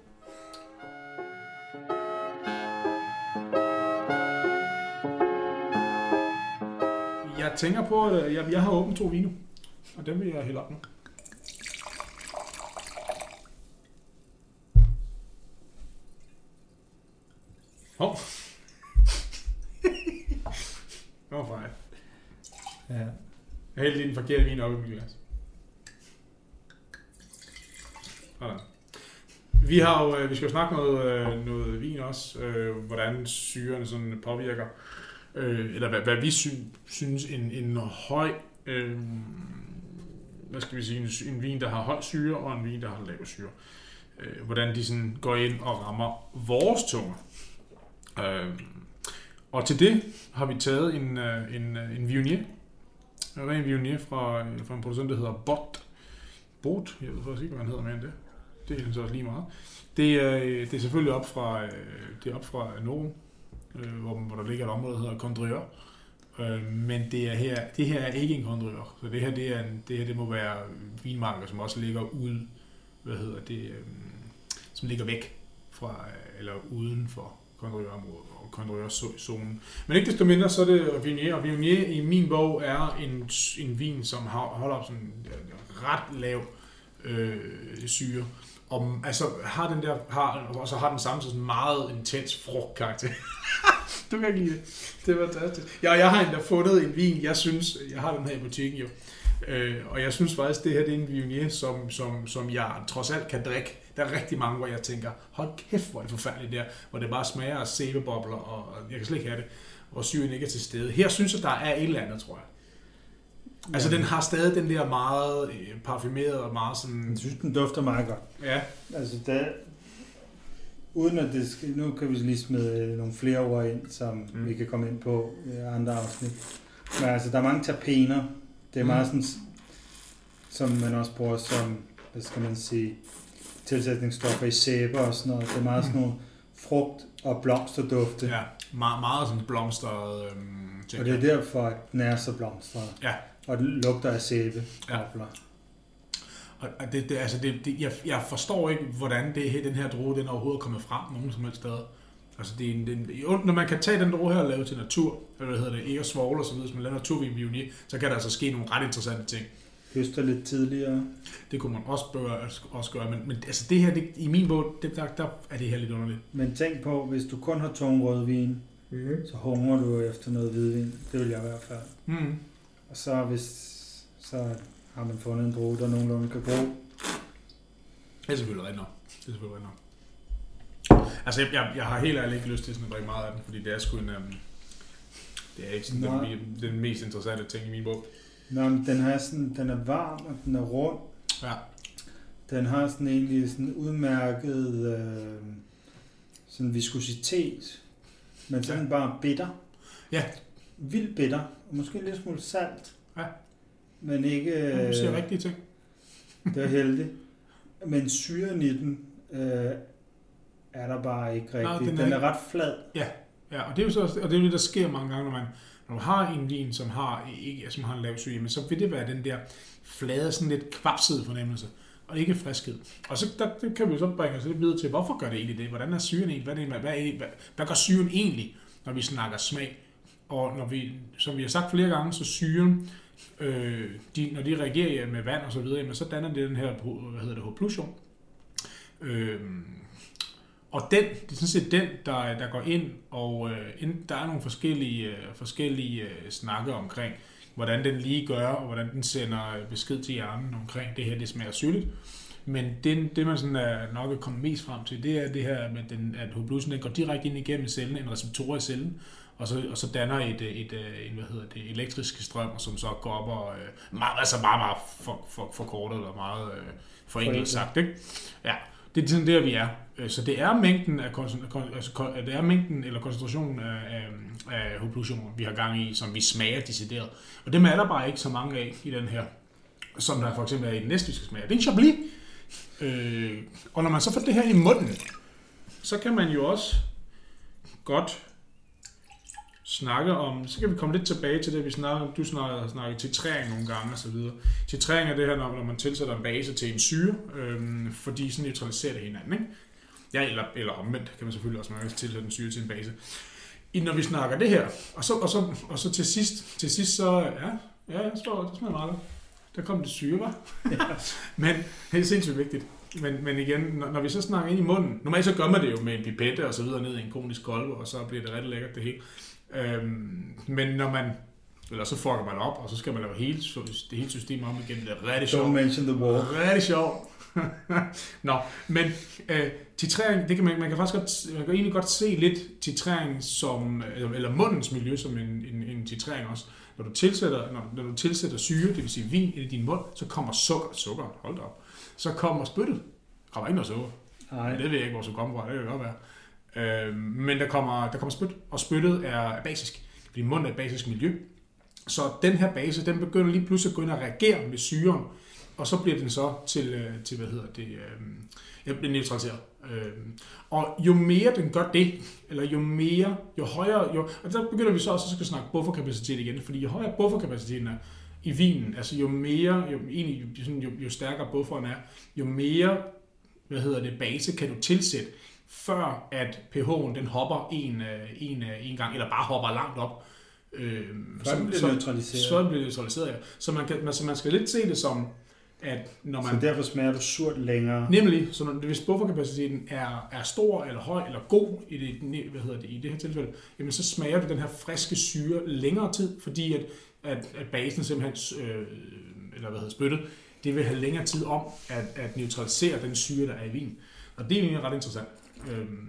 Jeg tænker på, at jeg, jeg har åbnet to vino. Og dem vil jeg hælde op nu. Åh. Oh. Nå, oh, fejl. Ja. Jeg hældte lige den forkerte vin op i mit glas. Sådan. Vi har jo, vi skal jo snakke noget, noget vin også, øh, hvordan syrene sådan påvirker, øh, eller hvad, hvad vi sy- synes en, en høj, øh, hvad skal vi sige, en, en vin, der har høj syre, og en vin, der har lav syre. Øh, hvordan de sådan går ind og rammer vores tunge. Øh, og til det har vi taget en, en, en Viognier, en ren Viognier fra, fra en producent, der hedder Bot. Bot, jeg ved faktisk ikke, hvad han hedder mere end det. Det er så også lige meget. Det er, det er selvfølgelig op fra, det er op fra Norden, hvor, hvor der ligger et område, der hedder Condrieu. Men det, er her, det her er ikke en Condrieu. Så det her, det, er en, det her det må være vinmarker, som også ligger ude, hvad hedder det, som ligger væk fra, eller uden for Condrieu-området og Condrieu-zonen. Men ikke desto mindre, så er det Viognier, og Viognier i min bog er en, en vin, som holder op sådan ret lav øh, syre. Og altså har den der, har, og så har den samme sådan meget intens frugtkarakter. Du kan ikke lide det. Det er fantastisk. Ja, jeg har endda fundet en vin, jeg synes, jeg har den her i butikken jo. Øh, og jeg synes faktisk, det her det er en Viognier, som, som, som jeg trods alt kan drikke. Der er rigtig mange, hvor jeg tænker, hold kæft, hvor er det forfærdeligt der, hvor det bare smager af sæbebobler, og jeg kan slet ikke have det, hvor syren ikke er til stede. Her synes jeg, der er et eller andet, tror jeg. Altså, ja. Den har stadig den der meget øh, parfumeret og meget sådan... Jeg synes, den dufter meget godt. Ja. Altså, der... Uden at det skal... Nu kan vi lige smide nogle flere ord ind, som mm. vi kan komme ind på i andre afsnit. Men altså, der er mange terpener. Det er meget mm. sådan... Som man også bruger som, hvad skal man sige, tilsætningsstoffer i sæber og sådan noget. Det er meget sådan nogle frugt- og blomsterdufte. Ja, meget, meget sådan blomstret øhm, ting. Og det er derfor, at den er så blomstret. Ja. Og det lugter af sæbe. Ja. Og det, det, altså det, det, jeg, jeg forstår ikke, hvordan det, den her droge, den overhovedet er kommet frem nogen som helst steder. Altså det er en, den, når man kan tage den droge her og lave til natur, eller hvad hedder det, ikke og svovl og så videre, hvis man laver naturvin Viognier, så kan der altså ske nogle ret interessante ting. Høster lidt tidligere. Det kunne man også, børe, også gøre, men, men altså det her, det, i min bog, det, der, der er det her lidt underligt. Men tænk på, hvis du kun har tung rødvin, mm. så hungrer du efter noget hvidvin. Det vil jeg i hvert fald. Mm. Og så hvis så har man fundet en droge, der nogenlunde kan bruge. Det er selvfølgelig rigtigt nok. Det er selvfølgelig rigtigt nok. Altså, jeg, jeg, jeg har helt ærligt ikke lyst til sådan at drikke meget af den, fordi det er sgu en... Um, det er ikke sådan den, den mest interessante ting i min bog. Nå, men den, har sådan, den er varm, og den er rund. Ja. Den har sådan egentlig sådan udmærket øh, sådan viskositet, men sådan ja. Bare bitter. Ja. Vildt bitter, og måske en lille smule salt. Ja. Men ikke... Øh, ja, du siger rigtige ting. Det er heldigt. Men syren i den øh, er der bare ikke rigtigt. Nej, den, er, den er ret flad. Ja, ja, og det er jo så også, og det er jo det, der sker mange gange, når man når du har en vin, som har ikke som har en lav syre, men så vil det være den der flade, sådan lidt kvapsede fornemmelse. og ikke friskhed. Og så der, det kan vi så bringe os lidt videre til, hvorfor gør det egentlig det? Hvordan er syren egentlig? Hvad, er det, hvad, er, hvad, hvad gør syren egentlig, når vi snakker smag? Og når vi, som vi har sagt flere gange, så syren, øh, de, når de reagerer med vand og så videre, jamen, så danner det den her, hvad hedder det, H+-ion. Øh, og den, det er sådan set den, der, der går ind, og øh, ind, der er nogle forskellige, øh, forskellige øh, snakke omkring, hvordan den lige gør, og hvordan den sender besked til hjernen omkring det her, det smager syrligt. Men det, det man sådan er nok er kommet mest frem til, det er det her med, den, at H+'en den går direkte ind igennem cellen, en receptor i cellen, og så, og så danner et, et, et, en, hvad hedder det, elektriske strøm, som så går op og øh, meget, altså meget, meget for, for, forkortet, eller meget øh, forenklet sagt, ikke? Ja, det er sådan der, vi er. Så det er mængden af altså, det er mængden eller koncentrationen af, af, af H+-ioner, vi har gang i, som vi smager decideret. Og dem er der bare ikke så mange af i den her, som der for eksempel er i den næste, vi skal smage. Det er en Chablis. Øh, og når man så får det her i munden, så kan man jo også godt snakke om, så kan vi komme lidt tilbage til det, vi snakker, du snakker, snakker titrering nogle gange og så videre. Titrering er det her, når man tilsætter en base til en syre, øhm, fordi så neutraliserer det hinanden, ikke? Ja, eller, eller omvendt kan man selvfølgelig også, man kan tilsætte en syre til en base. I, når vi snakker det her, og så, og så, og så til sidst, til sidst så, ja, ja, det smager, det smager meget godt. Der kom det syre, var. Men det er sindssygt vigtigt. Men, men igen, når, når vi så snakker ind i munden, normalt så gør man det jo med en pipette og så videre ned i en konisk kolbe, og så bliver det rigtig lækkert det hele. Øhm, men når man, eller så fucker man op, og så skal man lave hele, det hele system om igen. Det er rigtig sjovt. Don't mention the wall. Rigtig sjovt. Nå, men øh, titrering, det kan man, man kan faktisk godt, man kan egentlig godt se lidt titrering som, eller mundens miljø som en, en, en titrering også. Når du tilsætter, når, når du tilsætter syre, det vil sige vin i din mund, så kommer sukker, sukker, hold da op, så kommer spyttet. Der kommer ikke noget sukker. Nej. Det ved jeg ikke, hvor det kommer fra, det kan godt være. Øh, men der kommer, der kommer spyt, og spyttet er basisk, fordi munden er et basisk miljø. Så den her base, den begynder lige pludselig at gå ind og reagere med syren, og så bliver den så til, til hvad hedder det, øh, bliver neutraliseret. Øh, og jo mere den gør det, eller jo mere, jo højere, jo, og der begynder vi så også at snakke bufferkapacitet igen, fordi jo højere bufferkapaciteten er i vinen, altså jo mere, jo, egentlig, jo, jo, jo stærkere bufferen er, jo mere, hvad hedder det, base kan du tilsætte, før at pH'en den hopper en, en, en gang, eller bare hopper langt op. Øh, så den bliver neutraliseret. Så den bliver neutraliseret, ja. Så man, kan, så man skal lidt se det som, at når man... Så derfor smager du surt længere. Nemlig, så når, hvis bufferkapaciteten er, er stor, eller høj, eller god i det, hvad hedder det, i det her tilfælde, jamen så smager du den her friske syre længere tid, fordi at, at, at basen simpelthen, øh, eller hvad hedder spyttet, det vil have længere tid om at, at neutralisere den syre, der er i vin. Og det er egentlig ret interessant. Øhm,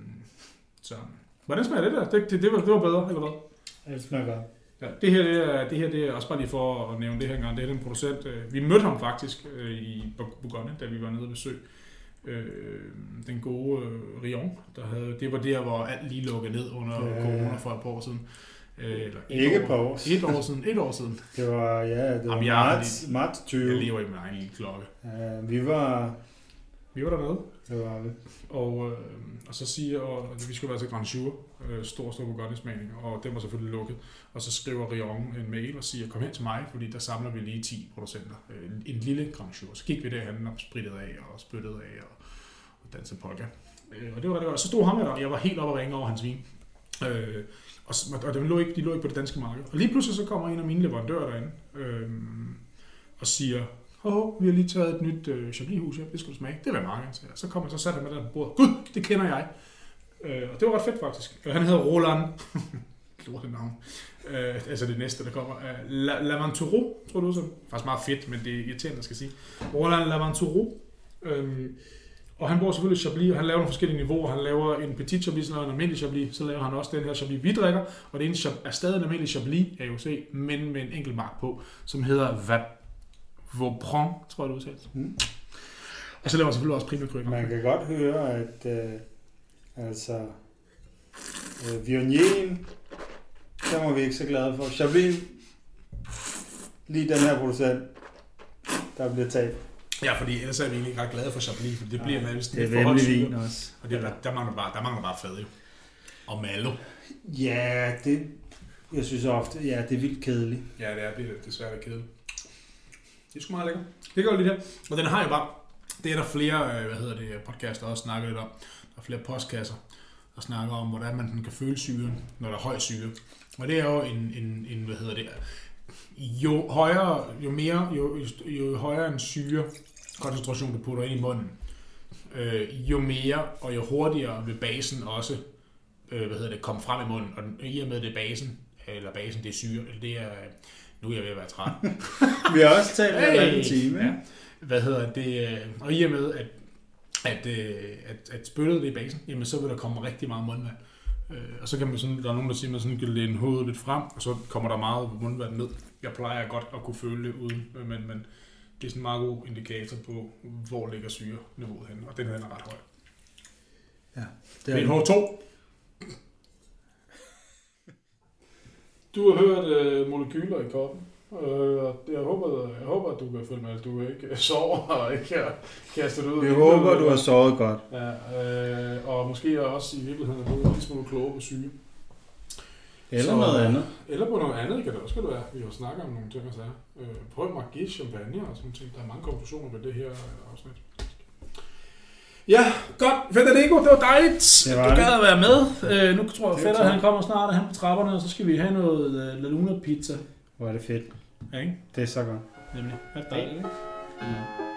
så hvordan smager det der? Det, det, det, var, det var bedre, eller hvad? Det smager godt. Ja, det her, det er, det her det er også bare lige for at nævne det her gang. Det er den producent. Vi mødte ham faktisk øh, i Bourgogne, da vi var nede og besøg. Øh, den gode øh, Rion, der havde, det var der, hvor alt lige lukkede ned under ja. corona for et par år siden. Øh, eller et Ikke år, på år. Et år siden. Et år siden. Det var, ja, det var Jamen, marts, marts tyve. Jeg lever i min egen lille klokke. Uh, vi var... Vi var dernede. Det var vi. Og, øh, og så siger, og vi skulle være til Grand Jour, øh, stor, stor Bourgogne-smagning, og den var selvfølgelig lukket. Og så skriver Rion en mail og siger, kom hen til mig, fordi der samler vi lige ti producenter. Øh, en lille Grand Jour. Så gik vi derhen og sprittede af og spyttede af og, og dansede polka. Øh, og det var det var. Så stod ham der, og jeg var helt oppe og ringe over hans vin. Øh, og og de, lå ikke, de lå ikke på det danske marked. Og lige pludselig så kommer en af mine leverandører derinde øh, og siger, Åh, vi har lige taget et nyt øh, Chablis-hus her, det skal du smage. Det var mange, så, så kom han, så satte han med der på bordet. Gud, det kender jeg. Øh, og det var ret fedt faktisk. Han hedder Roland. Lortet navn. Øh, altså det næste, der kommer. Øh, La- Laventoureau, tror du sådan. Faktisk meget fedt, men det er irriterende, jeg skal sige. Roland Laventoureau. Øh, og han bruger selvfølgelig Chablis, og han laver nogle forskellige niveauer. Han laver en petit Chablis, og en almindelig Chablis. Så laver han også den her Chablis, vi drikker. Og det ene er stadig en almindelig Chablis, A O C, men med en enkelt mark på, som hedder Vat. Vauprin, tror jeg, det udtales. Mm. Og så laver man selvfølgelig også Pinot Grignon. Man kan godt høre, at øh, altså øh, Viognier, der var vi ikke så glade for. Chablis, lige den her producent, der bliver taget. Ja, fordi ellers er vi egentlig ikke ret glade for Chablis, for det bliver ja, nærmest det er vemmelig vin også. Og det, der, der, mangler bare, der mangler bare fad, jo. Og malo. Ja, det, jeg synes ofte, ja, det er vildt kedeligt. Ja, det er, det er desværre kedeligt. Det er sgu meget lækkert. Det gør lidt her. Og den har jo bare, Det er der flere, hvad hedder det, podcaster også snakker lidt om. Der er flere postkasser, der snakker om, hvordan man kan føle syren, når der er høj syre. Og det er jo en, en, en hvad hedder det, jo højere, jo mere, jo, jo, jo højere en syre koncentration, du putter ind i munden, øh, jo mere og jo hurtigere vil basen også, øh, hvad hedder det, komme frem i munden. Og i og med det er basen, eller basen det er syre, eller det er, nu er jeg ved at være træt. Vi har også talt hey, en anden time, ja. Hvad hedder det, og i og med at at, at, at spyttet det i basen, jamen så vil der komme rigtig meget mundvand. Og så kan man sådan, der er nogen, der siger, at man sådan kan læne hovedet lidt frem, og så kommer der meget mundvand ned. Jeg plejer godt at kunne føle det uden, men, men det er sådan en meget god indikator på, hvor ligger syreniveauet henne, og den her er ret høj. Ja. Det er en H to. Du har hørt øh, molekyler i koppen. Øh, jeg, håber, jeg håber, at du kan følge med, at du ikke sover og ikke har kastet ud. Jeg håber, at du har sovet godt. Ja, øh, og måske også i virkeligheden er du en lille smule klogere på syge. Eller så, noget andet. Eller på noget andet kan det også være. Vi har snakket om nogle ting og sager. Øh, prøv magi, champagne og sådan ting. Der er mange konklusioner ved det her afsnit. Ja, godt. Federico, det var dejligt. Det var du gad at være med. Øh, nu tror jeg, Fedder, han kommer snart hen på trapperne, og så skal vi have noget uh, La Luna pizza. Hvor er det fedt. Ja, ikke? Det er så godt. Nemlig. Ja, dejligt, ikke? Ja.